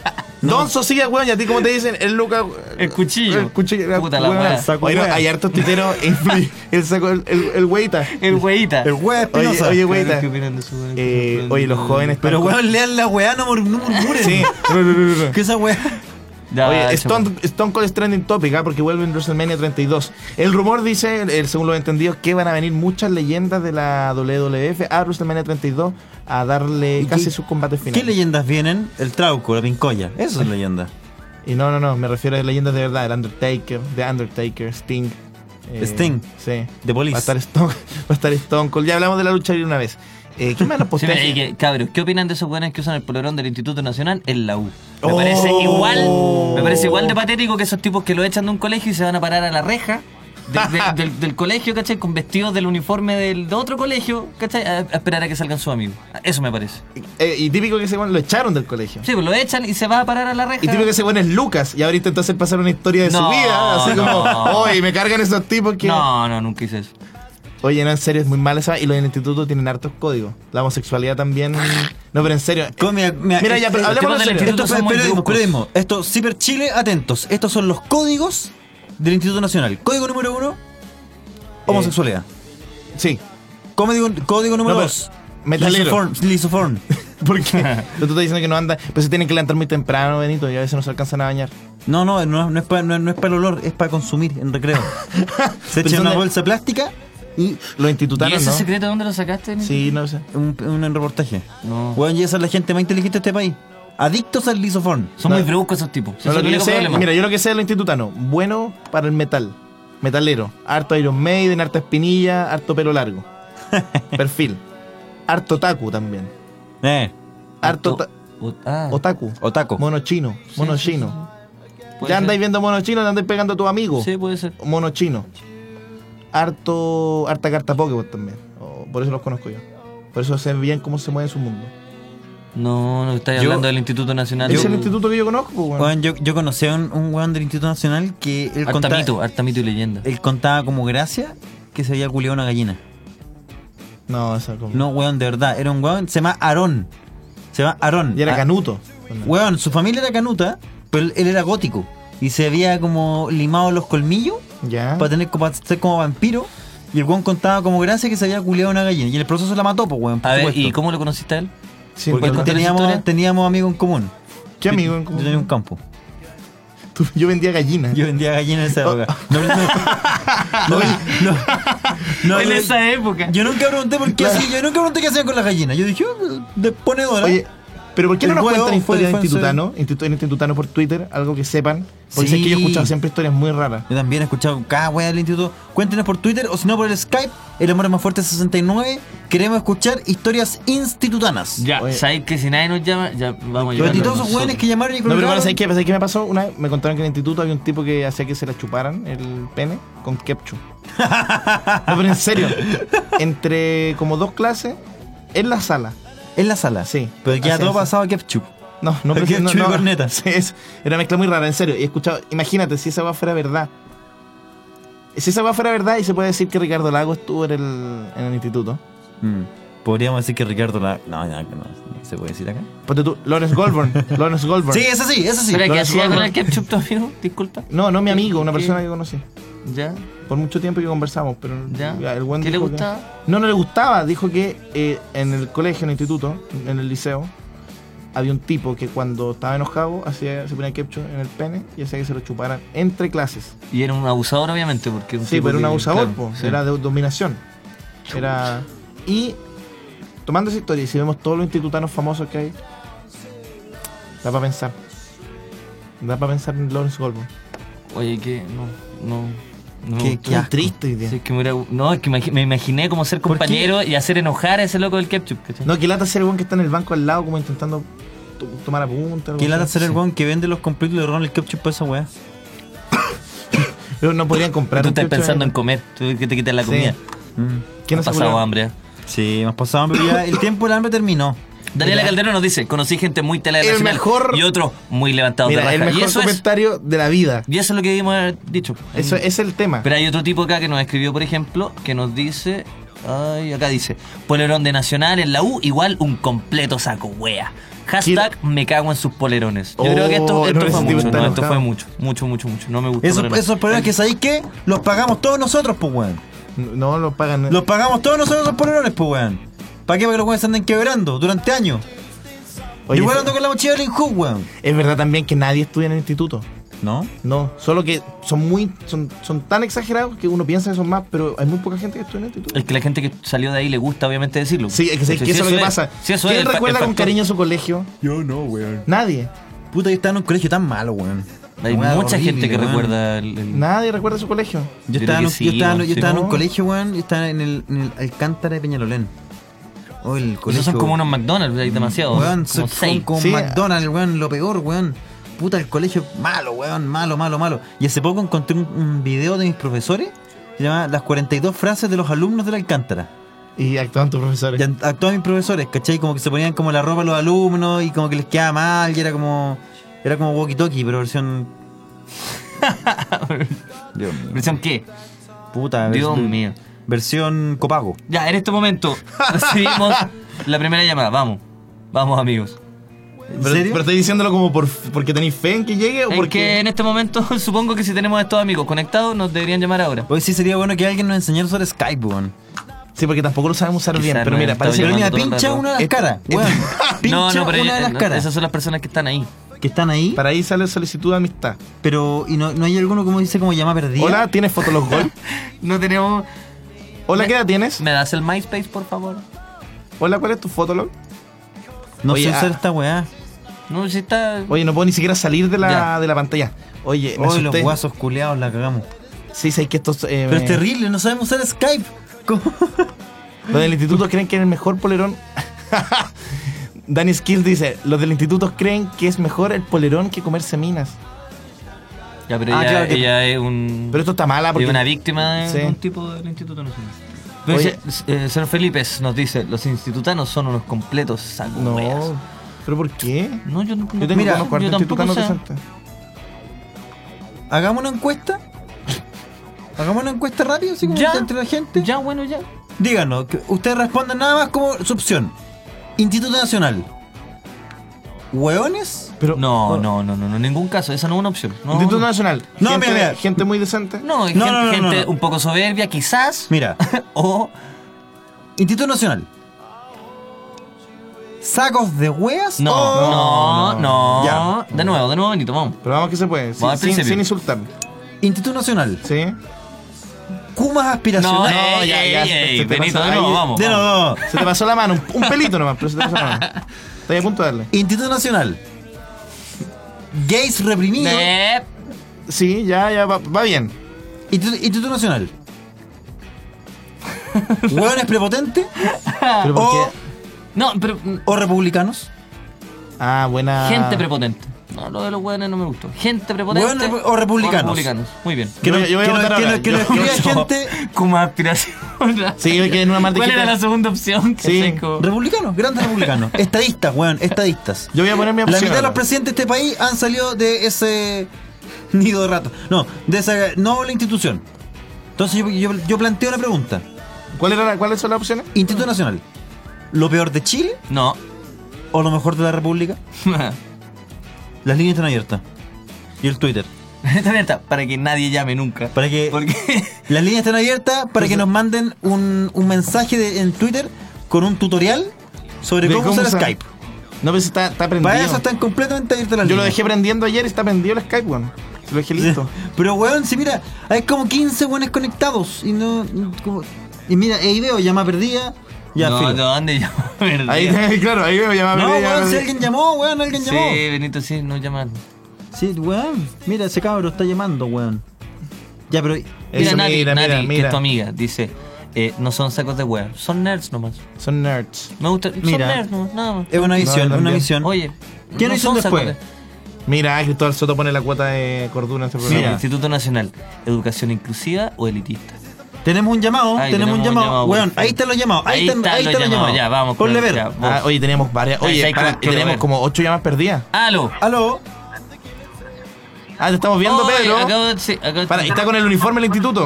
Don Socia, weón, y a ti como te dicen, el Luca... El cuchillo. El cuchillo. Puta la weón. wea. Saco Oye, no, wea. hay hartos tuiteros influ- el saco, el, el, el weita. El weita. El weón Oye, Espinosa. oye, weita. ¿Qué opinan de su- Eh, oye, los jóvenes... Pero están con- weón, lean la weá, no, mur- no murmuren. Sí. No, no, no, no, no. ¿Qué esa weá? Ya, Oye, chaval. Stone, Stone Cold es trending topic, ¿ah? Porque vuelve en WrestleMania treinta y dos. El rumor dice, el, según lo he entendido, que van a venir muchas leyendas de la W W F a WrestleMania treinta y dos a darle ¿Y casi qué- sus combates finales. ¿Qué leyendas vienen? El Trauco, la Pincoya. Eso es leyenda. Y no, no, no, me refiero a leyendas de verdad. El Undertaker, The Undertaker, Sting. eh, Sting. Sí. The Police. Va a estar Stone, va a estar Stone Cold. Ya hablamos de la lucha libre una vez. Eh, ¿Qué más nos Sí, postea? mira, y que, cabros, ¿qué opinan de esos buenos que usan el polerón del Instituto Nacional en la U? Me Oh. parece igual, me parece igual de patético que esos tipos que lo echan de un colegio y se van a parar a la reja de- de- del, del colegio, ¿cachai? Con vestidos del uniforme del, de otro colegio, ¿cachai? A, a esperar a que salgan sus amigos. Eso me parece. Eh, y típico que ese weón lo echaron del colegio. Sí, pues lo echan y se va a parar a la reja. Y típico que ese weón es Lucas. Y ahora intentó hacer pasar una historia de No, su vida. Así como, no. oye, me cargan esos tipos que... No, no, nunca hice eso. Oye, no, en serio, es muy mal esa. Y los del instituto tienen hartos códigos. La homosexualidad también. No, pero en serio. Co- Mira, mira, Mira, ya, pero eh, hablemos del en serio. instituto Esto son es muy periodismo, bruscos. periodismo. Esto, Ciber Chile, atentos. Estos son los códigos del Instituto Nacional. Código número uno, homosexualidad. Sí. Código, código número No, pero- dos, metalero. lisoform- lisoform. Porque tú estás diciendo que no anda. Pero se tienen que levantar muy temprano, Benito. Y a veces no se alcanzan a bañar. No, no, no, no es para no, no es para el olor, es para consumir en recreo. Se Pero echa son una de- bolsa plástica y Los ¿Y institutanos, ese ¿no? secreto dónde lo sacaste? Sí, no sé. un, un reportaje. No. Weón, y esa es la gente más inteligente de este país. Adictos al lisoform. Son No. muy bruscos esos tipos. Ese No, es lo el que yo único sé, problema. mira, yo lo que sé de los institutanos. Bueno para el metal. Metalero. Harto Iron Maiden, harta espinilla, harto pelo largo. Perfil. Harto otaku también. Eh, Harto Oto- o- ah, otaku. otaku. Mono chino. Mono sí, chino. puede Ya ser. andáis viendo mono chino, te andáis pegando a tu amigo. Sí, puede ser. Mono chino. Harto, harta carta Pokémon también. Oh, por eso los conozco yo. Por eso sé bien cómo se mueve su mundo. No, no estáis Yo- hablando del Instituto Nacional. Ese es de- el instituto que yo conozco, pues, bueno. Weón, yo, yo conocí a un, un weón del Instituto Nacional que él Harta contaba, mito, harta mito y leyenda. él contaba como gracia que se había culiado una gallina. No, esa como... No, weón, de verdad. Era un weón, se llama Aarón. Se llama Aarón. Y era Ah, canuto. Weón, su familia era canuta, pero él, él era gótico. Y se había como limado los colmillos Ya. para tener para ser como vampiro. Y el weón contaba como gracia que se había culiado una gallina. Y en el proceso la mató, pues weón. por A ver, supuesto. ¿y cómo lo conociste a él? Sí, Porque ¿Puedes contar esa teníamos, historia? teníamos amigos en común. ¿Qué amigo en Yo común? tenía un campo. Tú- Yo vendía gallinas. Yo vendía gallinas en esa época. No, no, no, no, no, en yo- esa época. Yo nunca pregunté por qué hacía, yo nunca pregunté qué hacían con las gallinas. Yo dije, oh, de ponedora. Oye, pero ¿por qué no El nos huevo cuentan historias de fue- fue- institutanos? Institu- en institutanos por Twitter, algo que sepan. Porque Sí. sé que yo he escuchado siempre historias muy raras. Yo también he escuchado cada wea del instituto. Cuéntenos por Twitter o si no por el Skype, el amor es más fuerte sesenta y nueve. Queremos escuchar historias institutanas. Ya, Oye. ¿sabes que si nadie nos llama? Ya vamos a Los llamarlo institutos nosotros. weones que llamaron y No, pero bueno, colgaron. ¿sabes qué? ¿Sabes qué me pasó? Una vez me contaron que en el instituto había un tipo que hacía que se la chuparan el pene con ketchup. No, pero en serio. Entre como dos clases, en la sala. En la sala. Sí. Pero ya Así todo es. pasaba a ketchup. No, no, pero Ketchup no, y no. corneta. Sí, es, era una mezcla muy rara, en serio. Y he escuchado, imagínate, si esa va fuera verdad. Si esa va fuera verdad y se puede decir que Ricardo Lago estuvo en el, en el instituto. Mm. Podríamos decir que Ricardo la. No, no, no, no se puede decir acá. Ponte tú, Lawrence Goldburn. Lawrence Goldburn. Sí, eso sí, eso sí. ¿Pero qué Lawrence hacía con Goldburn. el ketchup tu amigo? Disculpa. No, no mi amigo, una ¿Qué? persona que conocí. Ya. Por mucho tiempo que conversamos, pero Ya. el buen ¿Qué le dijo que- gustaba? No, no le gustaba. Dijo que eh, en el colegio, en el instituto, en el liceo, había un tipo que cuando estaba enojado hacía, se ponía ketchup en el pene y hacía que se lo chuparan entre clases. Y era un abusador, obviamente, porque un Sí, tipo pero un que- abusador, claro, po, sí. era de dominación. Era. Y tomando esa historia, y si vemos todos los institutanos famosos que hay, da para pensar. Da para pensar en Lawrence Goldburn. Oye, que no, no. no Qué, qué asco. triste hoy día. Sí, es que me, hubiera- no, es que imagi- me imaginé como ser ¿Por qué? compañero y hacer enojar a ese loco del ketchup. ¿cachai? No, que lata ser el weón que está en el banco al lado, como intentando to- tomar apuntes. algo ¿Qué lata así. ser el weón que vende los completos y le roban el ketchup para esa weá? Pero no podrían comprar. Tú un estás chucho pensando de- en comer, tú que te quites la Sí. comida. Mm. ¿Quién Has no se pasado apuró? hambre. Sí, hemos pasado hambre. Ya el tiempo del hambre terminó. Daniela Calderón nos dice, conocí gente muy tele El nacional mejor- y otro muy levantado de Mira, raja. el y mejor eso es, comentario de la vida. y eso es lo que hemos dicho. Eso es el tema. Pero hay otro tipo acá que nos escribió, por ejemplo, que nos dice, ay, acá dice, polerón de Nacional en la U, igual un completo saco wea. Hashtag me cago en sus polerones. Yo Oh, creo que esto, esto no, ese fue tipo mucho, está no, esto enojado. fue mucho, mucho, mucho, mucho. No me gustó. Eso, para nada. esos polerones que sabéis que los pagamos todos nosotros, pues, weón. No lo pagan. Los pagamos todos nosotros esos polerones, pues, weón. ¿Para qué? Para que los weones se anden quebrando durante años. Oye, Igual sí. ando con la mochila de Hook, weón. Es verdad también que nadie estudia en el instituto. ¿No? No, solo que son muy son, son tan exagerados que uno piensa que son más, pero hay muy poca gente que estudia en el instituto. Es que la gente que salió de ahí le gusta, obviamente, decirlo. Sí, es que, Sí, que sí, eso es lo que pasa. Sí, eso ¿Quién es el fa- recuerda el con factor. cariño su colegio? Yo no, weón. Nadie. Puta, yo estaba en un colegio tan malo, weón. Hay Weón, mucha horrible, gente que weón. recuerda el, el- Nadie recuerda su colegio. Yo Yo estaba, en creo un, que sí, yo estaba, en- weón, yo sí. estaba en un No. colegio, weón. Yo estaba en el, en el Alcántara de Peñalolén. Oh, el colegio. Esos son como unos McDonald's, hay demasiado. Weón, como son seis. como Sí. McDonald's, weón, lo peor, weón. Puta, el colegio malo, weón, malo, malo, malo. Y hace poco encontré un, un video de mis profesores que se llama Las cuarenta y dos frases de los alumnos del Alcántara. Y actúan tus profesores. Y a, a todos mis profesores, ¿cachai? Como que se ponían como la ropa a los alumnos y como que les quedaba mal y era como... Era como walkie-talkie, pero versión... Dios mío. ¿Versión qué? Puta, Dios versión- mío. Versión copago. Ya, en este momento recibimos la primera llamada. Vamos, vamos, amigos. ¿En Pero, serio? pero estoy diciéndolo como por, porque tenéis fe en que llegue o Es porque. que en este momento supongo que si tenemos a estos amigos conectados nos deberían llamar ahora. Hoy sí sería bueno que alguien nos enseñara sobre Skype, weón. Sí, porque tampoco lo sabemos usar Quizá bien. Pero no mira, está parece Pero llamando mira, todo el pincha rato. una de las Este- caras, weón. Pincha No, no, pero una de las no, caras. esas son las personas que están ahí. Que están ahí. Para ahí sale solicitud de amistad. Pero, ¿y no, no hay alguno como dice como llama perdida? Hola, ¿tienes Fotolog Gold? No tenemos. Hola, ¿qué edad tienes? ¿Me das el MySpace, por favor? Hola, ¿cuál es tu Fotolog? No Oye, sé usar ah. esta weá. No, si está. Oye, no puedo ni siquiera salir de la, Ya. de la pantalla. Oye, me Hoy los asusté. guasos culeados la cagamos. Sí, sé que estos. eh, Pero es terrible, no sabemos usar Skype. ¿Cómo? Los del instituto creen que es el mejor polerón. Danny Skills dice: Los del instituto creen que es mejor el polerón que comerse minas. Ya, pero Ah, ella, claro que- ella es un. Pero esto está mala porque. es una víctima de Sí. un tipo del Instituto Nacional. Pero Oye. dice, eh, señor Felipe nos dice: los institutanos son unos completos sacos. No. weas". ¿Pero por qué? No, yo, no- Yo tengo Mira, unos cuartos yo tampoco institutanos sé. decentes. Hagamos una encuesta. Hagamos una encuesta rápido, así como Ya. entre la gente. Ya, bueno, ya. Díganos, que ustedes respondan nada más como su opción. Instituto Nacional. ¿Hueones? Pero, No, no, no, no, no, en ningún caso, esa no es una opción. No, Instituto no. Nacional. No, gente, mira, mira. gente muy decente. No, hay No, gente, no, no, gente no, no. un poco soberbia, quizás. Mira, O Instituto Nacional. ¿Sacos de hueas? no, o- no, no. Ya. De nuevo, de nuevo, Benito, vamos. Pero vamos que se puede. Sin, Vamos al sin, principio. sin insultar. Instituto Nacional. ¿Sí? Kumas No, aspiracionales. ey, ya, ey, ya, ey, se te Benito, pasa- de nuevo, ahí- vamos. De vamos. nuevo. Se te pasó la mano. Un, un pelito nomás, pero se te pasó la mano. Estoy a punto de darle. Instituto Nacional. Gays reprimidos. Eh, Sí, ya, ya, va, va bien. Instituto, Instituto Nacional. ¿Hueones prepotentes? ¿Pero por O, qué? No, pero. o republicanos. Ah, buena. Gente prepotente. No, lo de los hueones no me gustó. Gente prepotente. Hueones o republicanos. republicanos. Muy bien. Que Yo no, voy- yo voy a que no- votar que no- ahora. que no Yo- escriba yo- gente. Como aspiración. Sí, que en una más de ¿Cuál era gente- la segunda opción? Sí. ¿Cachai? Como- Republicanos, grandes republicanos. Estadistas, weón, estadistas. Yo voy a poner mi La opción. mitad de los ahora. presidentes de este país han salido de ese nido de rato. No, de esa noble institución. Entonces yo, yo, yo planteo la pregunta. ¿Cuál era la- ¿Cuáles son las opciones? Instituto Nacional. ¿Lo peor de Chile No. o lo mejor de la República? Las líneas están abiertas. Y el Twitter. Está abierta para que nadie llame nunca. Para que Porque. las líneas están abiertas para que nos manden un, un mensaje de- en Twitter con un tutorial sobre ¿De cómo, cómo usar usar? Skype. No, pero está, está prendido. Para eso están completamente abiertas las Yo lo líneas. dejé prendiendo ayer y está prendido el Skype, weón. Se lo dejé listo. Pero weón, si mira, hay como quince weones conectados y no. como- y mira, ahí veo llama perdida. Ya, no, filo. no, ¿dónde llama? Perdida. Ahí, claro, ahí me llamaba. No, me weón, llamaba- si alguien llamó, weón, alguien Sí, llamó. Benito, sí, no llaman. Sí, weón, mira, ese cabro está llamando, weón. Ya, pero. Mira, Eso, Nati, mira, Nati, mira, que mira. es tu amiga, dice: eh, no son sacos de hueá, son nerds nomás. Son nerds. Me gusta, Mira. son nerds nomás, nada más. Es una visión, No, una también. visión. Oye, ¿Qué no nos hicieron son sacos después? de- Mira, Cristóbal Soto pone la cuota de cordura en este programa. Mira, Instituto Nacional, ¿educación inclusiva o elitista? Tenemos un llamado, Ahí tenemos, un llamado. llamado, Weón, perfecto. ahí están los llamados. Ahí, Ahí están, están ahí los están los llamados, llamados. ya, vamos, Ponle con- ver. ya, vos. Ah, oye, tenemos varias. Ahí Oye, está, para, con- y tenemos con- como ocho llamadas perdidas. ¡Aló! Aló. Ah, te estamos viendo, Oye, Pedro. acabo de- sí, acabo de- Para, ¿está con el uniforme del instituto?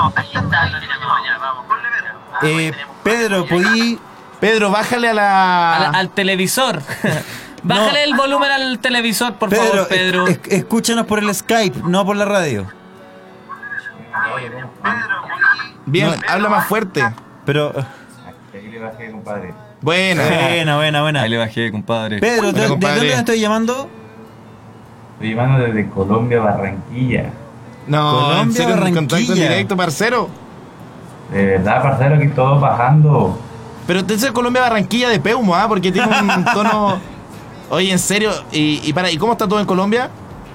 Eh, Pedro, podí. Pedro, bájale a la. al, al televisor. Bájale el volumen al televisor, por Pedro, favor, Pedro. es- es- escúchanos por el Skype, no por la radio. Bien, No. habla más fuerte. Pero. Ahí le bajé, compadre. Buena. Buena, buena, buena. Ahí le bajé, compadre. Pedro, ¿de, Bueno, de compadre. dónde me estoy llamando? Estoy llamando desde Colombia, Barranquilla. No, Colombia, en serio, en contacto en Barranquilla. directo, parcero. De verdad, parcero, aquí todos bajando. Pero usted es Colombia Barranquilla de Peumo, ¿ah? Porque tiene un tono. Oye, en serio, y, y para, ¿y cómo está todo en Colombia?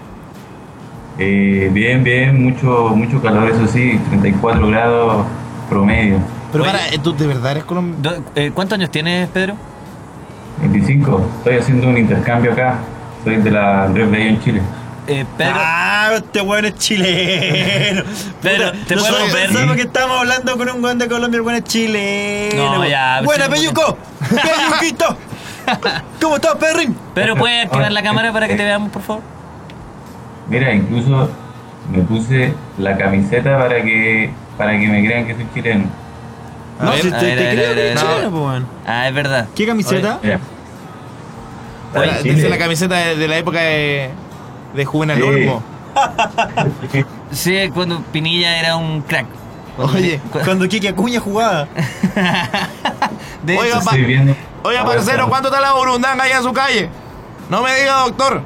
Eh, bien, bien, mucho mucho calor, eso sí, treinta y cuatro grados promedio. Pero Oye. para, ¿tú de verdad eres colombiano? Do- eh, ¿Cuántos años tienes, Pedro? veinticinco, estoy haciendo un intercambio acá. Soy de la Andrés Bello en Chile. Eh, Pedro, Ah, este weón es chileno. Pedro, Puta, ¿te nosotros puedo ver? pensamos que estábamos hablando con un weón de Colombia, el weón es chileno. No, ya, Buena, sí, Peyuco. Peyuquito. ¿Cómo estás, perrín? Pedro, ¿puedes activar la cámara para que te veamos, por favor? Mira, incluso me puse la camiseta para que para que me crean que soy chileno. A No, ver, si a te, ver, te a creo ver, que a eres ver. chileno, pues, weón. Ah, es verdad. ¿Qué camiseta? Mira. Ahora, Chile. dice la camiseta de, de la época de, de Juvenal Sí. Olmo. Sí, cuando Pinilla era un crack. Cuando- Oye, cu- Cuando Kike Acuña jugaba. de Oiga, hecho, pa- Estoy viendo. Oiga, A ver, parcero, claro. ¿cuánto está la burundanga allá en su calle? No me diga, doctor.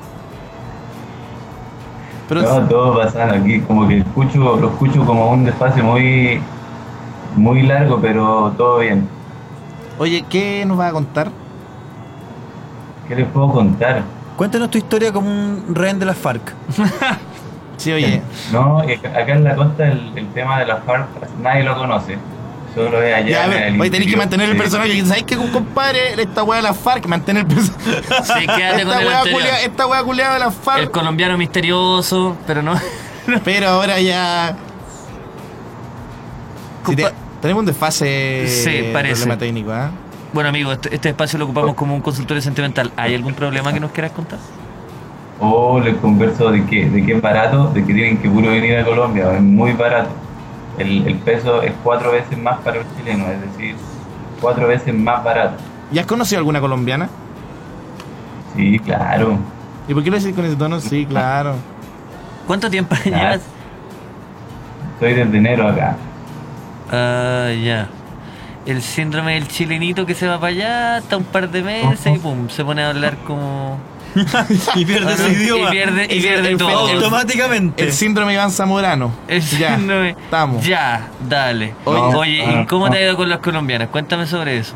Pero, No, todo pasando aquí, como que escucho, lo escucho como un desfase muy muy largo, pero todo bien. oye, ¿qué nos va a contar? ¿Qué les puedo contar? Cuéntanos tu historia como un rehén de las FARC. Sí, oye. No, y acá acá en la costa el, el tema de las FARC nadie lo conoce. Solo es allá. Ya, a en ver, el oye, tenés que interior. mantener el Sí. personaje. ¿Sabes qué, compadre? Esta weá de la FARC, mantener el personaje. Sí, quédate con Esta el weá anterior. culia- esta weá culiada de la El FARC. colombiano misterioso, pero no. Pero ahora ya. Si te- Compa- tenemos un desfase. Sí, parece. Problema técnico, ¿ah? Bueno, amigo, este, este espacio lo ocupamos como un consultorio sentimental. ¿Hay algún problema que nos quieras contar? O les converso de que, de que es barato, de que tienen que puro venir a Colombia, es muy barato. El, el peso es cuatro veces más para el chileno, es decir, cuatro veces más barato. ¿Ya has conocido alguna colombiana? Sí, claro. ¿Y por qué lo decís con ese tono? Sí, claro. ¿Cuánto tiempo Claro. llevas? Estoy desde enero acá. Ah, ya. El síndrome del chilenito que se va para allá, está un par de meses y pum, se pone a hablar como... Y pierde su Y idioma. pierde, y El- pierde el- todo. el- Automáticamente. El síndrome Iván Zamorano. El Ya, síndrome... estamos. Ya, dale. Oye, Oye, ah, ¿y cómo ah. te ha ido con los colombianos? Cuéntame sobre eso.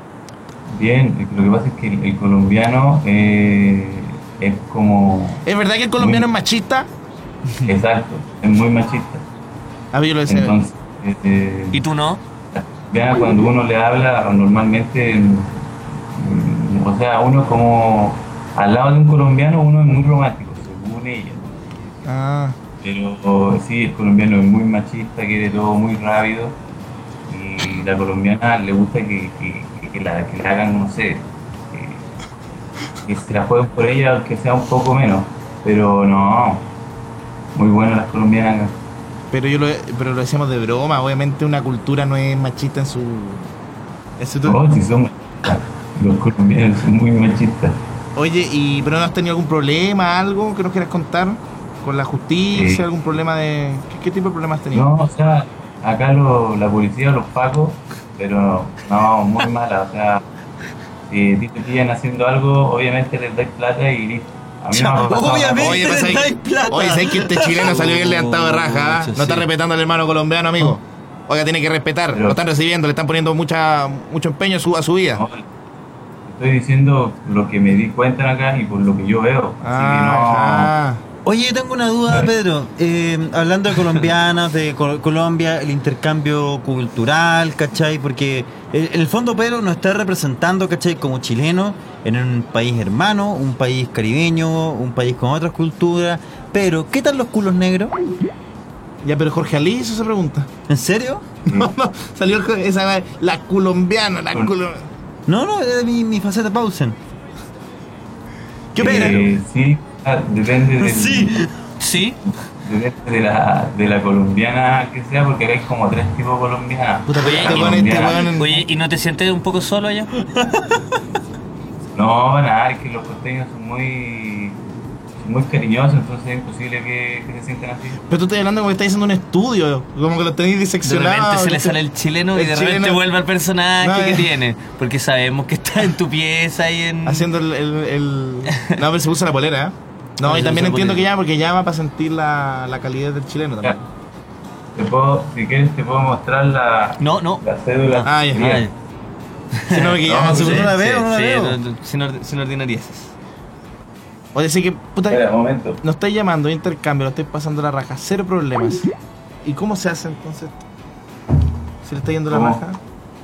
Bien, lo que pasa es que el, el colombiano eh, es como... ¿Es verdad que el colombiano es machista? Exacto, es muy machista. A ver, yo lo decía. Entonces, eh, ¿Y tú no? ya cuando uno le habla, normalmente, mm, o sea, uno como al lado de un colombiano, uno es muy romántico, según ella. Ah, Pero sí, el colombiano es muy machista, quiere todo muy rápido. Y la colombiana le gusta que, que, que, la, que la hagan, no sé, que, que se la jueguen por ella, aunque sea un poco menos. Pero no, muy buenas las colombianas acá. pero yo lo, pero lo decíamos de broma. Obviamente una cultura no es machista en su... En su No, si son los colombianos son muy machistas. Oye, ¿y pero no has tenido algún problema, algo que nos quieras contar? ¿Con la justicia? Sí. ¿Algún problema de...? ¿Qué, qué tipo de problemas has tenido? No, o sea, acá lo, la policía los pagos, pero no, muy mala. O sea, si a ti te pillan haciendo algo, obviamente les dais plata y listo. A mí no me ha pasado Obviamente. nada. Oye, les pasa dais ahí- plata. oye, ¿sabes que este chileno salió bien levantado de raja? ¿ah? Sí, No está sí. respetando al hermano colombiano, amigo. Oiga, tiene que respetar. Pero- Lo están recibiendo, le están poniendo mucha mucho empeño a su, a su vida. No, estoy diciendo lo que me di cuenta acá y por lo que yo veo. Así Ah, Oye, tengo una duda, Pedro. Eh, hablando de colombianas, de Col- Colombia, el intercambio cultural, ¿cachai? Porque en el fondo Pedro nos está representando, ¿cachai? Como chileno en un país hermano, un país caribeño, un país con otras culturas. Pero, ¿qué tal los culos negros? Ya, pero Jorge Ali hizo esa pregunta. ¿En serio? No, no, salió el- esa la colombiana, la colombiana. No, no, era mi, mi faceta Pausen. ¿Qué opina? Eh, sí, ah, depende del, Sí. Sí. depende de la, de la colombiana que sea, porque acá hay como tres tipos de colombianas. Puta, Oye, este La weón, este colombiana- weón- Oye, ¿y no te sientes un poco solo allá? No, nada, es que los costeños son muy, son muy cariñosos, entonces es imposible que, que se sientan así. Pero tú estás hablando como que estás haciendo un estudio, como que lo tenéis De diseccionado. repente se le ¿viste? sale el chileno y El de repente chileno- vuelve al personaje No, que eh. tiene. Porque sabemos que está en tu pieza y en... Haciendo el, el, el- No, pero se usa la polera, ¿eh? No, No, y se también usa entiendo polera. que llama porque llama para sentir la, la calidad del chileno también. Te puedo, si quieres te puedo mostrar la, No, no. la cédula. Ah, ya. Bien. Si no, que llama, No, se sí, usa no la Sí, veo, no la sí, veo. no, no, sin, ord- sin ordinarieces. Oye, sí que, puta, Espera, un momento. no estáis llamando a intercambio, lo estáis pasando la raja, cero problemas. ¿Y cómo se hace entonces? Si le está yendo la ¿Cómo? raja.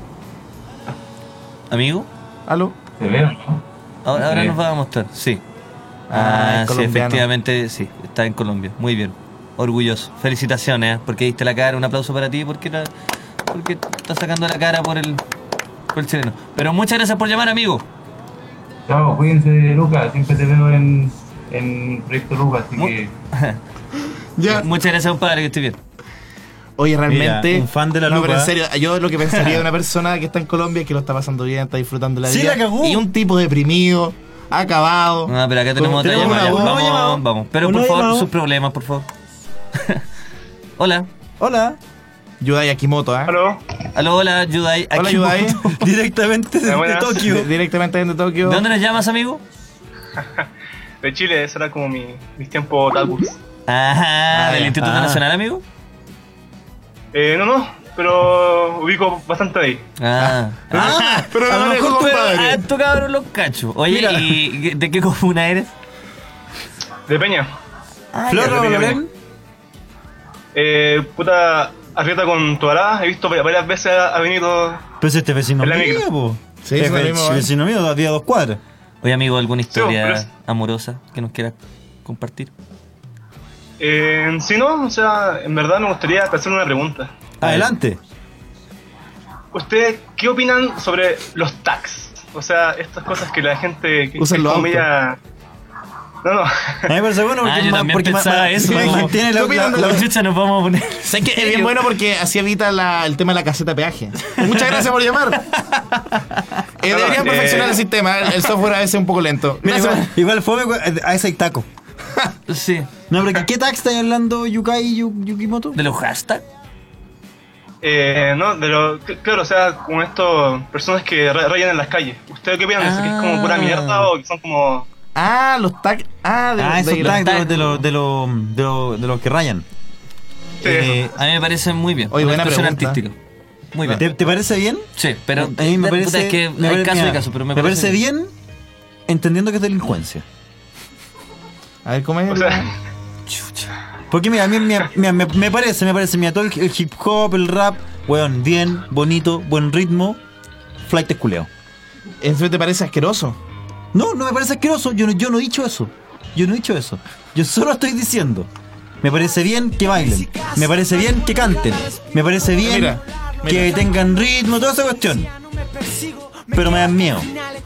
¿Amigo? ¿Aló? ¿Se ve o no? Ahora, ahora Sí. nos va a mostrar, sí. Ah, Ah, es sí, colombiano. efectivamente, sí, está en Colombia. Muy bien. Orgulloso. Felicitaciones, ¿eh? Porque diste la cara. Un aplauso para ti porque, la- porque estás sacando la cara por el, por el chileno. Pero muchas gracias por llamar, amigo. Chao, cuídense de Lucas, siempre te veo en, en Proyecto Lucas, así Mu- que... Ya. Muchas gracias, compadre, que estés bien. Oye, realmente. Mira, un fan de la No, pero lupa. en serio, yo lo que pensaría de una persona que está en Colombia es que lo está pasando bien, está disfrutando la Sí, vida. la cagó. Y un tipo deprimido, acabado. Ah, pero acá tenemos otra Tenemos llamada. una- Vamos, una llamada. vamos. Pero Una por favor, llamada. sus problemas, por favor. Hola. Hola. Yudai Akimoto, ¿eh? ¿Aló? Aló, hola, Yudai. Hola, Aquí- Yudai. Directamente desde buenas. Tokio. De- directamente desde Tokio. ¿De dónde nos llamas, amigo? De Chile, eso era como mi, mis tiempos otakus. Ajá, Ah, del ya. Instituto Ah. Nacional, amigo. Eh, no, no, pero ubico bastante ahí. Ah, ah, pero a no lo me mejor dejó, pero compadre. a estos cabros los cacho. Oye, Mira. ¿y de qué comuna eres? De Peña. Flor ya, Loren. Peña. Eh, puta, Arrieta con Toará, he visto varias veces ha venido... Pues este vecino En la mío, micro. po. Sí, Es es lo ve- mismo, ¿eh? vecino mío, había dos cuadras. Oye, amigo, ¿alguna historia pero es- amorosa que nos quieras compartir? Eh, si no, o sea, en verdad me gustaría hacer una pregunta. Adelante. ¿Ustedes qué opinan sobre los tags? O sea, estas cosas que la gente... Que, Usan que los es como media- No, no. A mí me parece bueno porque, Ah, yo ma- también porque ma- pensaba ma- eso, ma- como- mantiene la, ¿Qué opinan la- de la- los- Chucha, nos vamos a poner. Sé que es bien bueno porque así evita la- el tema de la caseta de peaje. Muchas gracias por llamar. Eh, deberían eh, perfeccionar el sistema. El, el software a veces es un poco lento. Mira, Gracias. igual, igual fome, a ese hay taco. Sí. No, pero ¿qué, qué tag estáis hablando Yukai y Yu- Yukimoto? ¿De los hashtags? Eh, no, de lo, cl- claro, o sea, como estos personas que ra- rayan en las calles. ¿Ustedes qué opinan de eso? ¿Que es como pura mierda o que son como... Ah, los tags. Ah, de, Ah, de- esos de- tags de los, de los, de los, de los, de los que rayan. Sí, Eh, A mí me parece muy bien. Oye, una buena expresión pregunta. artística. Muy bien. ¿Te, te parece bien? Sí, pero a mí me puta, parece, es que me hay pare- caso mira, y caso, pero me, me parece bien entendiendo que es delincuencia. A ver, ¿cómo es? o sea, Porque mira, a mí me, me, me- me parece, me parece, mira, todo el, el hip hop, el rap, weón, bien, bonito, buen ritmo, flight es culeo. ¿Eso te parece asqueroso? No, no me parece asqueroso, yo no, yo no he dicho eso. Yo no he dicho eso. Yo solo estoy diciendo. Me parece bien que bailen. Me parece bien que canten. Me parece bien Mira, mira. que tengan ritmo, toda esa cuestión. Pero me dan miedo.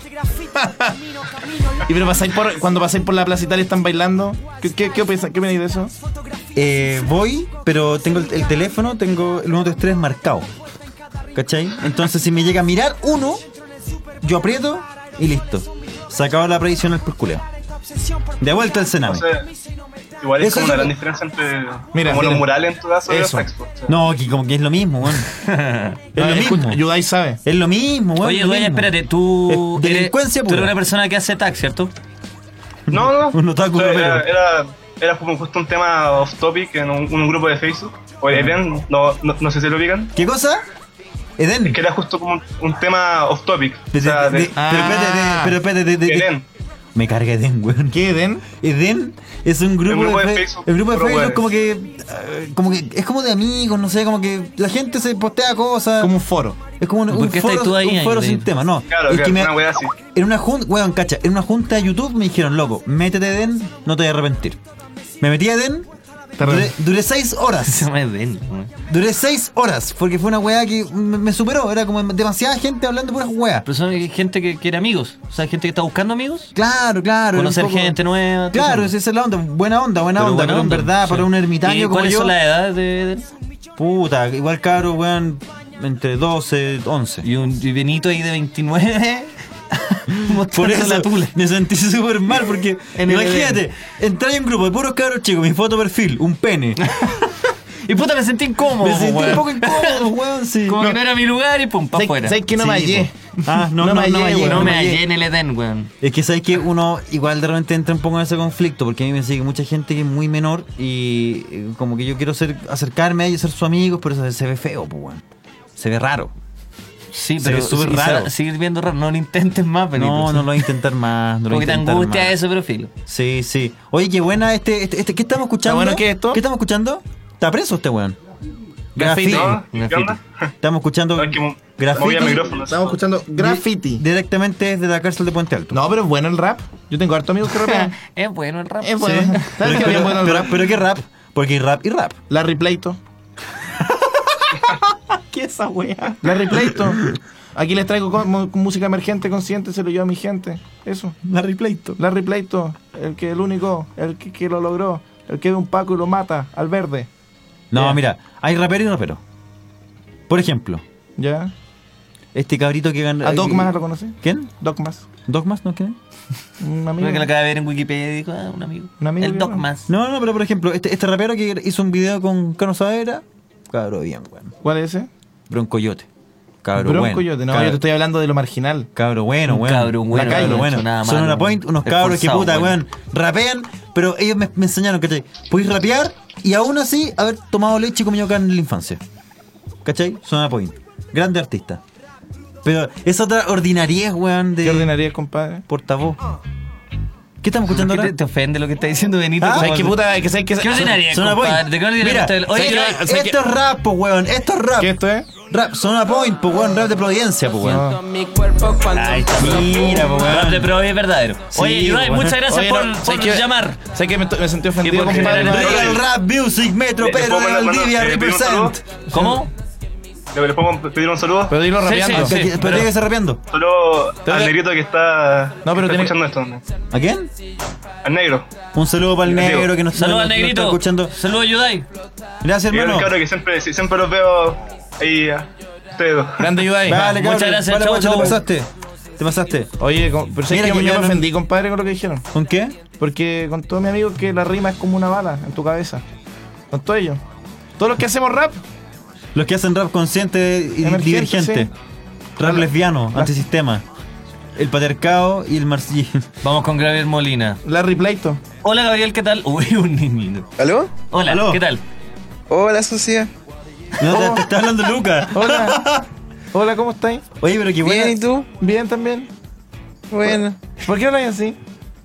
Y pero pasáis por, cuando pasáis por la Plaza Italia están bailando. ¿Qué, qué, qué, opinas- qué opináis de eso? Eh, voy, pero tengo el, el teléfono, tengo el uno dos tres marcado. ¿Cachai? Entonces si me llega a mirar uno, yo aprieto y listo. Se acaba la predicción al perculeo. De vuelta al no Sename. sé, igual es Eso como es una lo- gran diferencia entre Mira, como mira. los murales en tu caso y los Eso. tags. po. O sea, No, que como que es lo mismo, weón. Es lo mismo. Yudai sabe. Es lo mismo, weón. Oye, es lo oye, mismo. espérate, tú Es eres, delincuencia tú eres pura. una persona que hace tag, ¿cierto? no, no. Un otaku O sea, rapero. era, era, era como justo un tema off topic en un, un grupo de Facebook. O Eden, no, no, no sé si lo ubican. ¿Qué cosa? Eden. Es que era justo como un, un tema off topic. De- O sea, de- de, de- pero espérate, de- pero espérate, de- de- de- Eden. Me carga Eden, weón. ¿Qué Eden? Eden es un grupo, Un grupo de, de fe- Facebook, el grupo de puro Facebook weones. como que eh, como que es como de amigos, no sé, como que la gente se postea cosas. Como un foro. Es como un, ¿Por un qué foro, estás tú ahí, un foro ahí, sin ahí? tema, no. Claro, Es claro, que me- una wea así. en una junta, weón, cacha, en una junta de YouTube me dijeron, loco, métete a Eden, no te voy a arrepentir. Me metí a Eden, duré, duré seis horas. Se llama Eden, weón. Duré seis horas, porque fue una weá que me, me superó. Era como demasiada gente hablando puras weas. Pero son gente que quiere amigos. O sea, gente que está buscando amigos. Claro, claro. Conocer un poco- gente nueva. todo Claro, eso. esa es la onda. Buena onda, buena Pero onda. buena Pero en onda, verdad, sí. para un ermitaño ¿Y como cuáles yo. son las edades de Eden? Puta, igual caro, weón. Entre doce, once. Y un y Benito ahí de veintinueve. Por eso la tula. me sentí súper mal porque En el imagínate, entré en un grupo de puros cabros chicos, mi foto perfil, un pene. Y puta, me sentí incómodo. Me sentí weón. un poco incómodo, weón, sí. Como que no era mi lugar y pum, pa' ¿Sabes afuera. sabes que no Sí, me hallé? po. Ah, no, no, no, me no me hallé, hallé, No weón. me no hallé hallé. en el Eden, weón. Es que sabes que uno igual de repente entra un poco en ese conflicto, porque a mí me sigue mucha gente que es muy menor y eh, como que yo quiero ser, acercarme a ellos, ser su amigo, pero eso se ve feo, pues, weón. Se ve raro. Sí, Se pero ve súper sí, raro. se va- Sigue viendo raro. No lo intentes más, Benito. No, no lo voy a intentar más. No lo Como voy que a te intentar angustia más. eso, pero filo. Sí, sí. Oye, qué buena este, este, este- ¿qué estamos escuchando? bueno qué es esto? ¿Qué estamos escuchando? ¿Está preso este weón? Graffiti. ¿No? ¿Qué Graffiti. onda? Estamos escuchando No, es que mo- graffiti movía micrófonos. Estamos escuchando graffiti. directamente desde la cárcel de Puente Alto. No, pero es bueno el rap. Yo tengo harto amigos que rapean. Es bueno el rap. Es bueno. Sí. ¿Sabes Pero, que es pero- bien bueno el pero- rap? pero ¿qué rap? Porque hay rap y rap. Larry Pleito. ¿Qué esa weá? Larry Pleito. Aquí les traigo con, mu- música emergente consciente, se lo llevo a mi gente. Eso. Larry Pleito. Larry Pleito, el que el único, el que, que lo logró, el que ve un Paco y lo mata al verde. No, Ya. mira, hay rapero y rapero. Por ejemplo, ¿Ya? este cabrito que ganó. ¿A Dogmas lo conocí? ¿Quién? Dogmas. ¿Dogmas? ¿No? ¿Quién? Un amigo. Creo que lo acaba de ver en Wikipedia y dijo, ah, un amigo. Un amigo El que- Dogmas. No, no, pero por ejemplo, este, este rapero que hizo un video con Cano Saavedra, cabro bien, weón. ¿Cuál es ese? Broncoyote. Cabro Bronco bueno. Yote. No, Cabro- yo te estoy hablando de lo marginal. Cabro bueno, Un weón. cabro bueno, La calle, no ha bueno. hecho nada Son malo, una point, unos cabros que esforzado, puta, bueno. weón. Rapean, pero ellos me, me enseñaron, ¿cachai? Podéis rapear y aún así haber tomado leche y comido carne en la infancia. ¿Cachai? Son una point. Grande artista. Pero es otra ordinariez, weón, de ¿Qué ordinarías, compadre? portavoz. ¿Qué estamos escuchando ¿Qué ahora? te, te ofende lo que está diciendo Benito? Ah, ¿Sabes qué puta? Que sabes que ¿Qué ordinaria, Son una compadre? point. ¿De qué ordinaria Mira, está el- Oye, ¿sabes yo- qué? ¿sabes esto es rap, po, weón. Esto es rap. ¿Qué esto es? Rap, son una point, po, weón. Rap de Providencia, po, weón. No. Ahí está, mira, po, Rap de weón. pro es verdadero. Oye, Sí, Yudai, bueno. muchas gracias Oye, por, no, por ¿sabes qué? llamar. ¿Sabes que me, me sentí ofendido, Y por compadre? generar- Real Rap Music Metro, ¿Le- le Pedro puedo de mandar- Valdivia, le pido un saludo? represent. ¿Cómo? ¿Le, ¿Le puedo pedir un saludo? Pero dilo Sí, rapeando. sí, sí. Pero tiene que ser rapeando. Saludo Pero- al negrito que está, No, pero que está tiene- escuchando esto. ¿A quién? Al negro. Un saludo para el Digo, negro que nos, Saludos nos- al nos está negrito. escuchando. Saludos, Yudai. Gracias, Y el hermano. cabro que siempre, sí, siempre los veo ahí a ustedes dos. Grande Yudai. Vale, Muchas cabrón. gracias, Vale, chau, guacho, chau. te pasaste. Te pasaste. Oye, com- pero ¿sabes Mira que yo, que yo ya me no- ofendí, compadre, con lo que dijeron. ¿Con qué? Porque con todos mis amigos que la rima es como una bala en tu cabeza. Con todos ellos. Todos los que hacemos rap, Los que hacen rap consciente y Emergente, divergente. sí. Rap lesbiano, La- antisistema. El patriarcado y el marxismo. Vamos con Gabriel Molina. Larry Pleito. Hola, Gabriel, ¿qué tal? Uy, un niñito. ¿Aló? Hola, Aló. ¿qué tal? Hola, sociedad. No, te, te está hablando Lucas. Hola. Hola, ¿cómo estáis? Oye, pero qué buena. Bien, ¿y tú? Bien también. Bueno. ¿Por qué hablas así?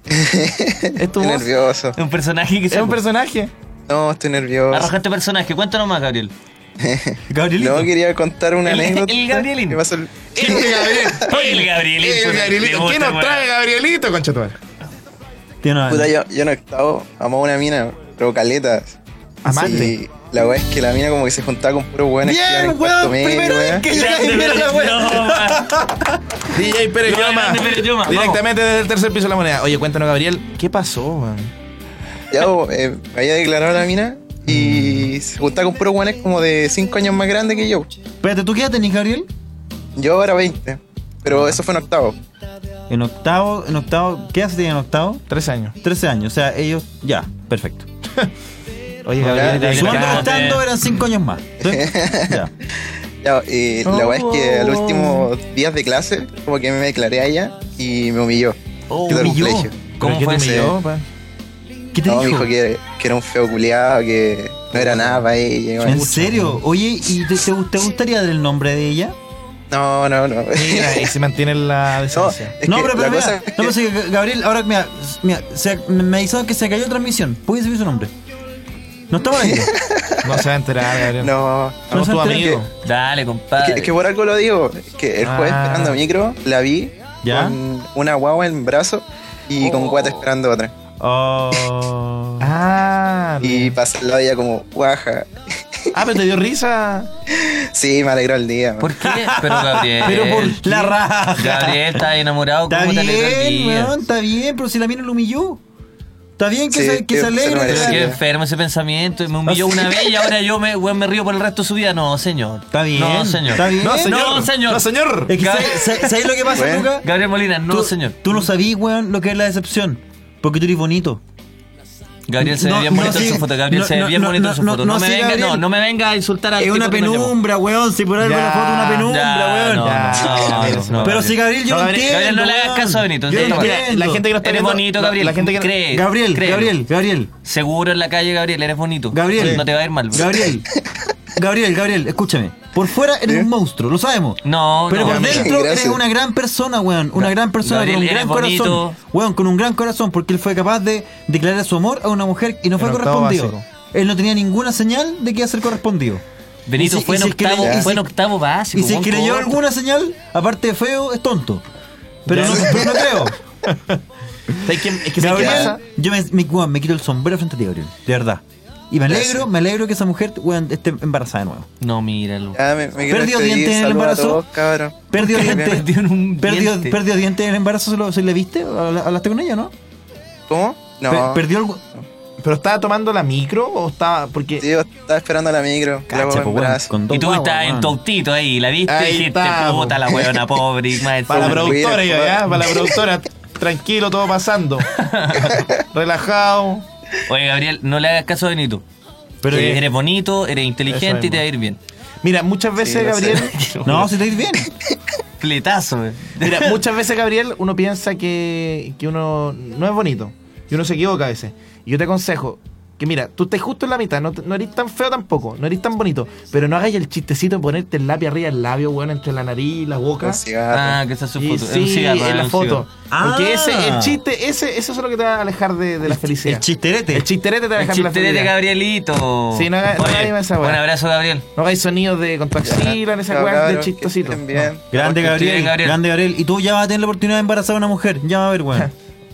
¿Es tu Estoy voz? nervioso. Es un personaje que ¿Es se... un personaje? No, estoy nervioso. Arrojaste personaje. Cuéntanos más, Gabriel. Gabrielito. No, quería contar una El- anécdota. el Gabrielín. ¿Qué pasó? El- El Gabriel. El Gabrielito. El Gabrielito. Me ¿Qué gusta, nos trae weón. Gabrielito, conchetuar? Tiene una- Puta, yo, yo en octavo amaba una mina, pero caleta. Amante. Y la weá es que la mina como que se juntaba con puros weones que iban Bien, en cuarto weón, medio, primera weá. vez que Grande, llega la Pérez wea. Lloma. D J Pérez Grande, Lloma. Pérez Lloma, vamos. Directamente desde el tercer piso de la moneda. Oye, cuéntanos, Gabriel, ¿qué pasó, man? Ya, bo, eh, me había declarado la mina y se juntaba con puros weones como de cinco años más grandes que yo. Espérate, ¿tú qué edad tenés, Gabriel? Yo ahora veinte. Pero eso fue en octavo. En octavo, en octavo, ¿qué edad tenía en octavo? Trece años. trece años, o sea, ellos, ya, perfecto. Oye, Ya, Gabriel, ya, te- Sumando ya. restando eran cinco años más. ¿Sí? Ya. Ya, y la weá es que a los últimos días de clase, como que me declaré a ella y me humilló. Oh, Quiero dar un humilló. colegio. ¿Cómo ¿Qué fue te ese? humilló, pa? ¿Qué te No, me dijo? dijo que, que era un feo culiado, que no era nada para ella. ¿En serio? Oye, ¿y te, te, te gustaría dar el nombre de ella? No, no, no. Mira, y se mantiene la decencia. es No, que pero, pero la mira, cosa no, pero sí, Gabriel, ahora mira, mira se, me avisaron que se cayó la transmisión. ¿Puedes decir su nombre? No estaba ahí. No se va a enterar, Gabriel. No, Somos se tu entera amigo. Dale, Es compadre. que, es que por algo lo digo. Es que el jueves Ah. esperando micro la vi ¿Ya? con una guagua en brazo y con guata esperando otra. Oh. Ah, Y pasé al lado de ella como guaja. ah, pero te dio risa. Sí, me alegró el día. man. ¿Por qué? Pero Gabriel. Pero por la raja. Gabriel está enamorado. Está ¿Cómo te alegra el bien, día? weón, está bien, pero si la mina lo humilló. Está bien que Sí, se, que que se se lo alegre. merece. Pero weón. qué enfermo ese pensamiento. Me humilló una vez y ahora yo me, weón, me río por el resto de su vida. No, señor. Está bien. No, señor. Está bien. No, señor. No, señor. No, señor. Es que Gab- ¿sabes, sabes- sabes lo que pasa, Bueno. Luca? Gabriel Molina, no, tú, señor. Tú no sabías, weón, lo que es la decepción. Porque tú eres bonito. Gabriel se ve No, bien no, bonito en sí. su foto. Gabriel No, se ve no, bien no, bonito en su no, foto. no, No, me sí, venga, Gabriel. no, no me venga a insultar al Es tipo una que no llamó. penumbra, weón. Si por algo Ya, la foto es una penumbra, Ya, weón. no, Ya. no, no, Pero no, si Gabriel, yo No, lo Gabriel, entiendo. Gabriel, no le hagas weón. caso a Benito. Yo lo entiendo. entiendo. La gente que no está Eres viendo- bonito, la- Gabriel. La gente que Cree. Gabriel, créelo. Gabriel, Gabriel. Seguro en la calle, Gabriel, eres bonito. Gabriel. No te va a ir mal. bro. Gabriel. Gabriel, Gabriel, escúchame. Por fuera eres un monstruo, lo sabemos. No, Pero no. por Gabriel. dentro Gracias. eres una gran persona, weón. Una gran persona Gabriel, con un eres gran bonito. corazón. Weón, con un gran corazón, porque él fue capaz de declarar su amor a una mujer y no fue En octavo correspondido. básico. Él no tenía ninguna señal de que iba a ser correspondido. Benito Y si- fue y en si es que octavo, le- y fue si- en octavo básico. Y si es weón, que leyó corto. alguna señal, aparte de feo, es tonto. Pero Ya. no, pero no creo. ¿Sabes qué? Es que ¿sabes qué Gabriel, pasa? yo me, me, weón, me quito el sombrero frente a ti, Gabriel. De verdad. Y me alegro, Gracias. me alegro que esa mujer, weón, esté embarazada de nuevo. No, míralo. Ya, me, me quiero ¿Perdió despedir. dientes en el Saludos a embarazo? todos, cabrón. ¿Perdió dientes? Perdió en un ¿Perdió, diente. ¿Perdió dientes en el embarazo? ¿Se, lo, se le viste? ¿Habla- ¿Hablaste con ella, no? ¿Cómo? No. Per- ¿Perdió algo? ¿Pero estaba tomando la micro o estaba...? Porque... Sí, yo estaba esperando la micro. la Cacha, guagua en pues, weón, brazo. con dos Y tú guaguas, estabas en weón. tu autito ahí, la viste Ahí y dijiste, está, puta po. la weona pobre. y más Para la encima. productora, Cuida, ya, ya, por para la productora. Tranquilo, todo pasando. Relajado. Oye, Gabriel, no le hagas caso a Benito. Pero Que eh, eres bonito, eres Eso inteligente y te mismo. va a ir bien. Mira, muchas veces, Sí, lo sé. Gabriel... no, si te ir bien. Fletazo, wey. Mira, muchas veces, Gabriel, uno piensa que, que uno no es bonito. Y uno se equivoca a veces. Y yo te aconsejo que, mira, tú estás justo en la mitad. No, te- no eres tan feo tampoco. No eres tan bonito. Pero no hagas el chistecito de ponerte el lápiz arriba del labio, weón, entre la nariz y la boca. Un cigarro. Ah, que esa es su Y foto. Es sí, un cigarro, es en la un foto. cigarro. Porque Ah. ese, el chiste, ese, eso es lo que te va a alejar de, de la felicidad. El chisterete. El chisterete te va a El alejar de la chiste de felicidad. Gabrielito. Sí, no hagas- no Oye, hagas esa un weá. abrazo, Gabriel. No hagáis sonidos de con tu axila, en esa Chao, weá de cabros, que chistosito. estén bien. No. Grande Porque Gabriel, estoy bien, Gabriel. grande Gabriel. Y tú ya vas a tener la oportunidad de embarazar a una mujer. Ya va a ver, weón.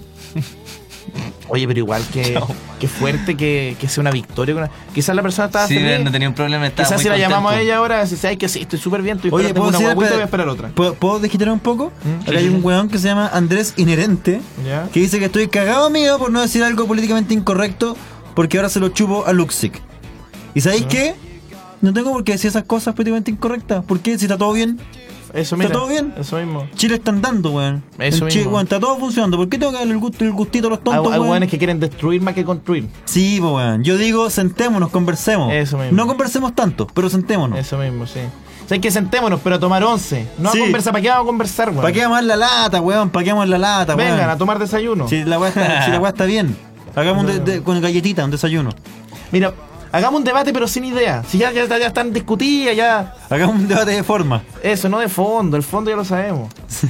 Oye, pero igual que, que fuerte que, que sea una victoria. Una... Quizás la persona estaba Sí, feliz. no tenía un problema. Estaba Quizás muy si la llamamos a contento. ella ahora, si sabes que sí, estoy súper bien, estoy Oye, esperando ¿puedo una decir- guaguita, voy a esperar otra. ¿Puedo, ¿puedo desquitar un poco? ¿Mm? Acá hay un weón que se llama Andrés Inherente, ¿Ya? que dice que estoy cagado mío por no decir algo políticamente incorrecto, porque ahora se lo chupo a Luxic. ¿Y sabéis qué? No tengo por qué decir esas cosas políticamente incorrectas. ¿Por qué? Si está todo bien. Eso ¿Está mismo. todo bien? Eso mismo. Chile está andando, weón. Eso En Chile, mismo. weón, está todo funcionando. ¿Por qué tengo que darle el, gusto, el gustito a los Hay, tontos, hay weón? weones que quieren destruir más que construir. Sí, po, weón. Yo digo, sentémonos, conversemos. Eso mismo. No conversemos tanto, pero sentémonos. Eso mismo, sí. O sea, hay que sentémonos, pero a tomar once. No Sí. a conversar. ¿Para qué vamos a conversar, weón? ¿Para qué amar la lata, weón? ¿Para qué amar la lata, weón? Vengan a tomar desayuno. Si la weá está, si la weá está bien. Hagamos un de- de- con galletita, un desayuno. Mira, hagamos un debate, pero sin idea. Si ya, ya, ya están discutidas, ya. Hagamos un debate de forma. Eso, no de fondo. El fondo ya lo sabemos.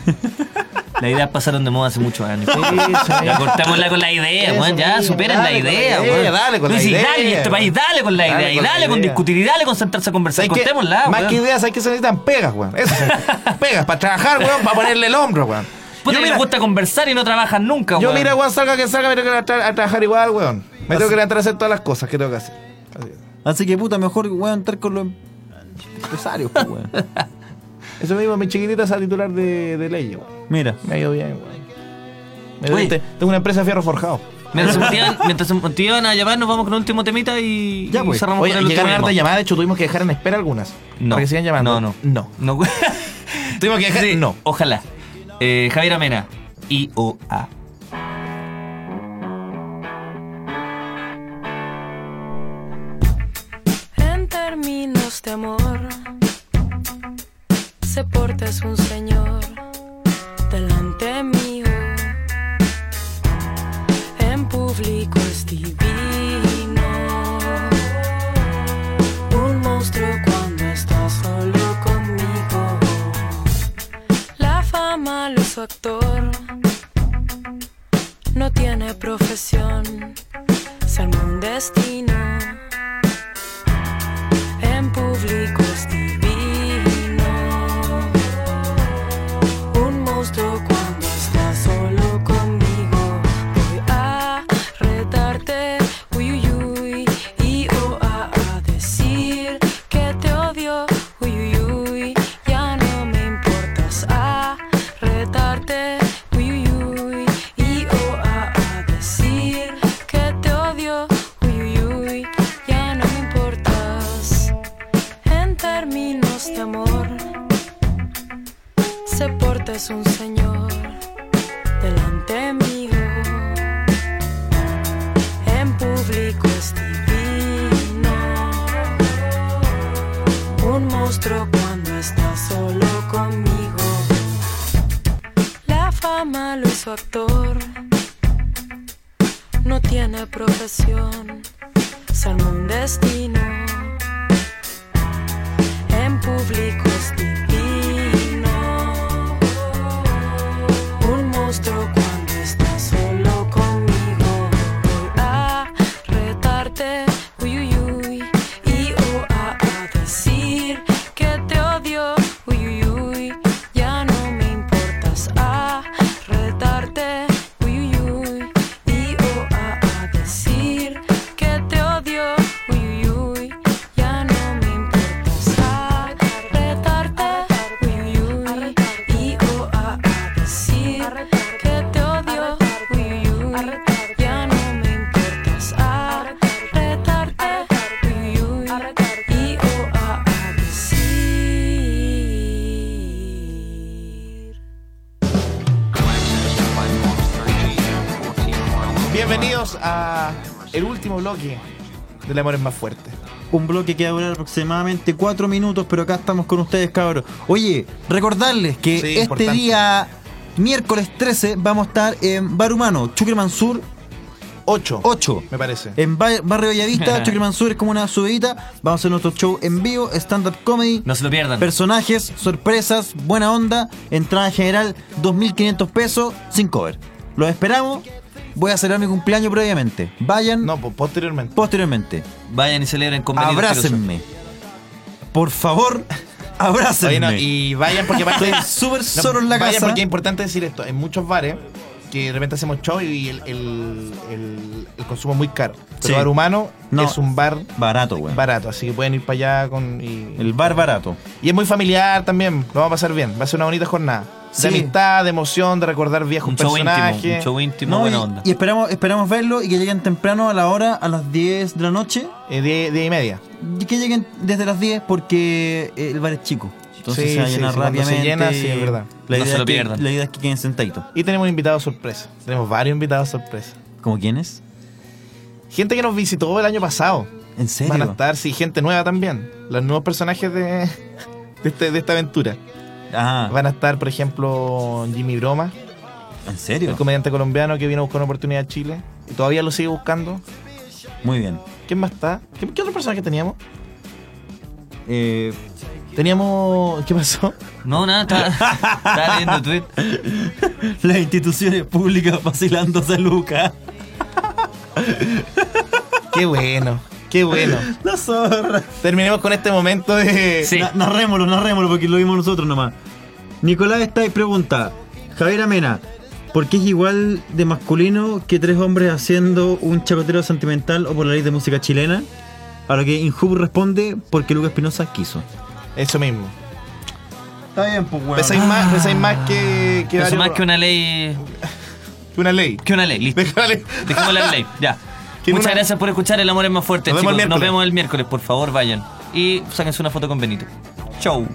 Las ideas pasaron de moda hace muchos años. Sí, sí. Ya cortémosla con la idea, Eso weón. Ya, mismo, superen dale la con la idea, idea, weón. dale con Tú la decís, idea. dale en este país, dale con la Dale idea. Y con la dale con idea. discutir, y dale con sentarse a conversar. ¿Sabes qué? Cortémosla, Más weón. que ideas, hay que se necesitan pegas, weón. Eso se- pegas para trabajar, weón, para ponerle el hombro, weón. Puta, Yo, que mira, les gusta conversar y no trabajan nunca, yo weón. mira, weón, salga que salga, me tengo que levantar a trabajar igual, weón. Me tengo que levantar a hacer todas las cosas que tengo que hacer. Así es. Así que puta, mejor weón estar con los empresarios, pues, weón. Eso mismo, mi chiquitita es a titular de, de ley, weón. Mira. Me ha ido bien, weón. Me Oye. te- Tengo una empresa de fierro forjado. Mientras se motivan, mientras se motivan a llamar, nos vamos con el último temita y, Ya, y pues. cerramos Oye, con el último llegaron hartas tema. llamadas, de hecho tuvimos que dejar en espera algunas. No. Para que sigan llamando. No, no. No. No. Tuvimos que dejar. Sí, No. Ojalá. Eh, Javier Amena, I O A. En términos de amor, se porta es un señor delante mío. En público es divino, un monstruo cuando está solo conmigo. actor. No tiene profesión, se armó un destino. En público es divino. Un monstruo cuando está solo conmigo. Voy a retarte, uy, uy, uy, y o a, a decir que te odio, uy, uy, uy, ya no me importas. A retarte, uy, uy, uy, y o a, a decir que te odio, uy, uy, uy, ya no me importas. En términos de amor, se porta es un señor delante mío. En público es divino. Un monstruo cuando está solo conmigo. La fama lo hizo actor. No tiene profesión, se armó un destino. En público es divino. Un monstruo cuando está solo conmigo. Voy a retarte, uy, uy, uy, y o a, a decir que te odio, uy, uy, uy, ya no me importas. A retarte, uy, uy, uy, y o a, a decir que te odio, uy, uy, uy, ya no me importas. A retarte, uy, uy, uy, y o a, a decir que te odio, uy, uy, uy, ya no me importas. A retarte, uy, uy, uy, y o a, a decir. Bienvenidos a el último bloque del Amor es más fuerte. Un bloque que va a durar aproximadamente cuatro minutos, pero acá estamos con ustedes, cabros. Oye, recordarles que Sí, este importante. día, miércoles trece, vamos a estar en Bar Humano, Chucre Mansur ocho, ocho. me parece. En Ba- Barrio Bellavista, Chucre Mansur es como una subidita. Vamos a hacer nuestro show en vivo, stand-up comedy. No se lo pierdan. Personajes, sorpresas, buena onda. Entrada general, dos mil quinientos pesos, sin cover. Los esperamos. Voy a celebrar mi cumpleaños previamente. Vayan. No, pues posteriormente. Posteriormente. Vayan y celebren con Benito Abrácenme. Por favor, abrácenme. Oye, no, y vayan porque aparte- Estoy súper solo en la vayan casa. porque es importante decir esto. Hay muchos bares que de repente hacemos show y el, el, el, el consumo es muy caro. Pero Sí. Bar Humano No. es un bar Barato, güey. barato, así que pueden ir para allá con... Y, El bar barato. y es muy familiar también, lo vamos a pasar bien. Va a ser una bonita jornada. Sí. De amistad, de emoción, de recordar viejos Un show personajes. íntimo, un show íntimo, No, buena y, onda. y esperamos, esperamos verlo y que lleguen temprano a la hora, a las diez de la noche. Eh, diez, diez y media. Y que lleguen desde las diez porque eh, el bar es chico. Entonces Sí, se va a sí, llenar sí, cuando se rápidamente. llena, sí, y es verdad. La No idea se lo es que- pierdan. La idea es que queden sentaditos. Y tenemos un invitado sorpresa. Tenemos varios invitados sorpresa. ¿Como quiénes? Gente que nos visitó el año pasado. ¿En serio? Van a estar, sí, gente nueva también. Los nuevos personajes de, de, este- de esta aventura. Ah, Van a estar, por ejemplo, Jimmy Broma, ¿en serio? el comediante colombiano que vino a buscar una oportunidad a Chile. Y todavía lo sigue buscando. Muy bien. ¿Quién más está? ¿Qué, qué otro personaje teníamos? Eh, Teníamos... ¿Qué pasó? No, nada, estaba, estaba leyendo tweet. las instituciones públicas vacilándose a Luca. Qué bueno, qué bueno. La zorra. Terminemos con este momento de... Sí. Na- narrémoslo, narrémoslo porque lo vimos nosotros nomás. Nicolás está y pregunta: Javier Amena, ¿por qué es igual de masculino que tres hombres haciendo un chacotero sentimental o por la ley de música chilena? A lo que Inhub responde: porque Lucas Espinosa quiso. Eso mismo. Está bien, pues weón. Pesáis más, pesáis más que... que Eso varios- más que una ley. que una ley. Que una ley, listo. Déjale. Dejemos la ley, ya. Que Muchas una- gracias por escuchar El Amor es más fuerte, Nos vemos chicos. el Nos miércoles. vemos el miércoles, por favor, vayan. Y sáquense una foto con Benito. Chau.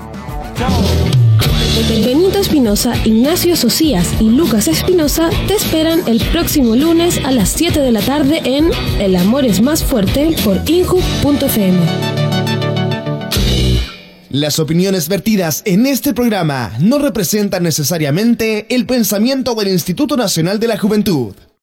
Benito Espinosa, Ignacio Socias y Lucas Espinosa te esperan el próximo lunes a las siete de la tarde en El Amor es más fuerte por inhub punto f m. Las opiniones vertidas en este programa no representan necesariamente el pensamiento del Instituto Nacional de la Juventud.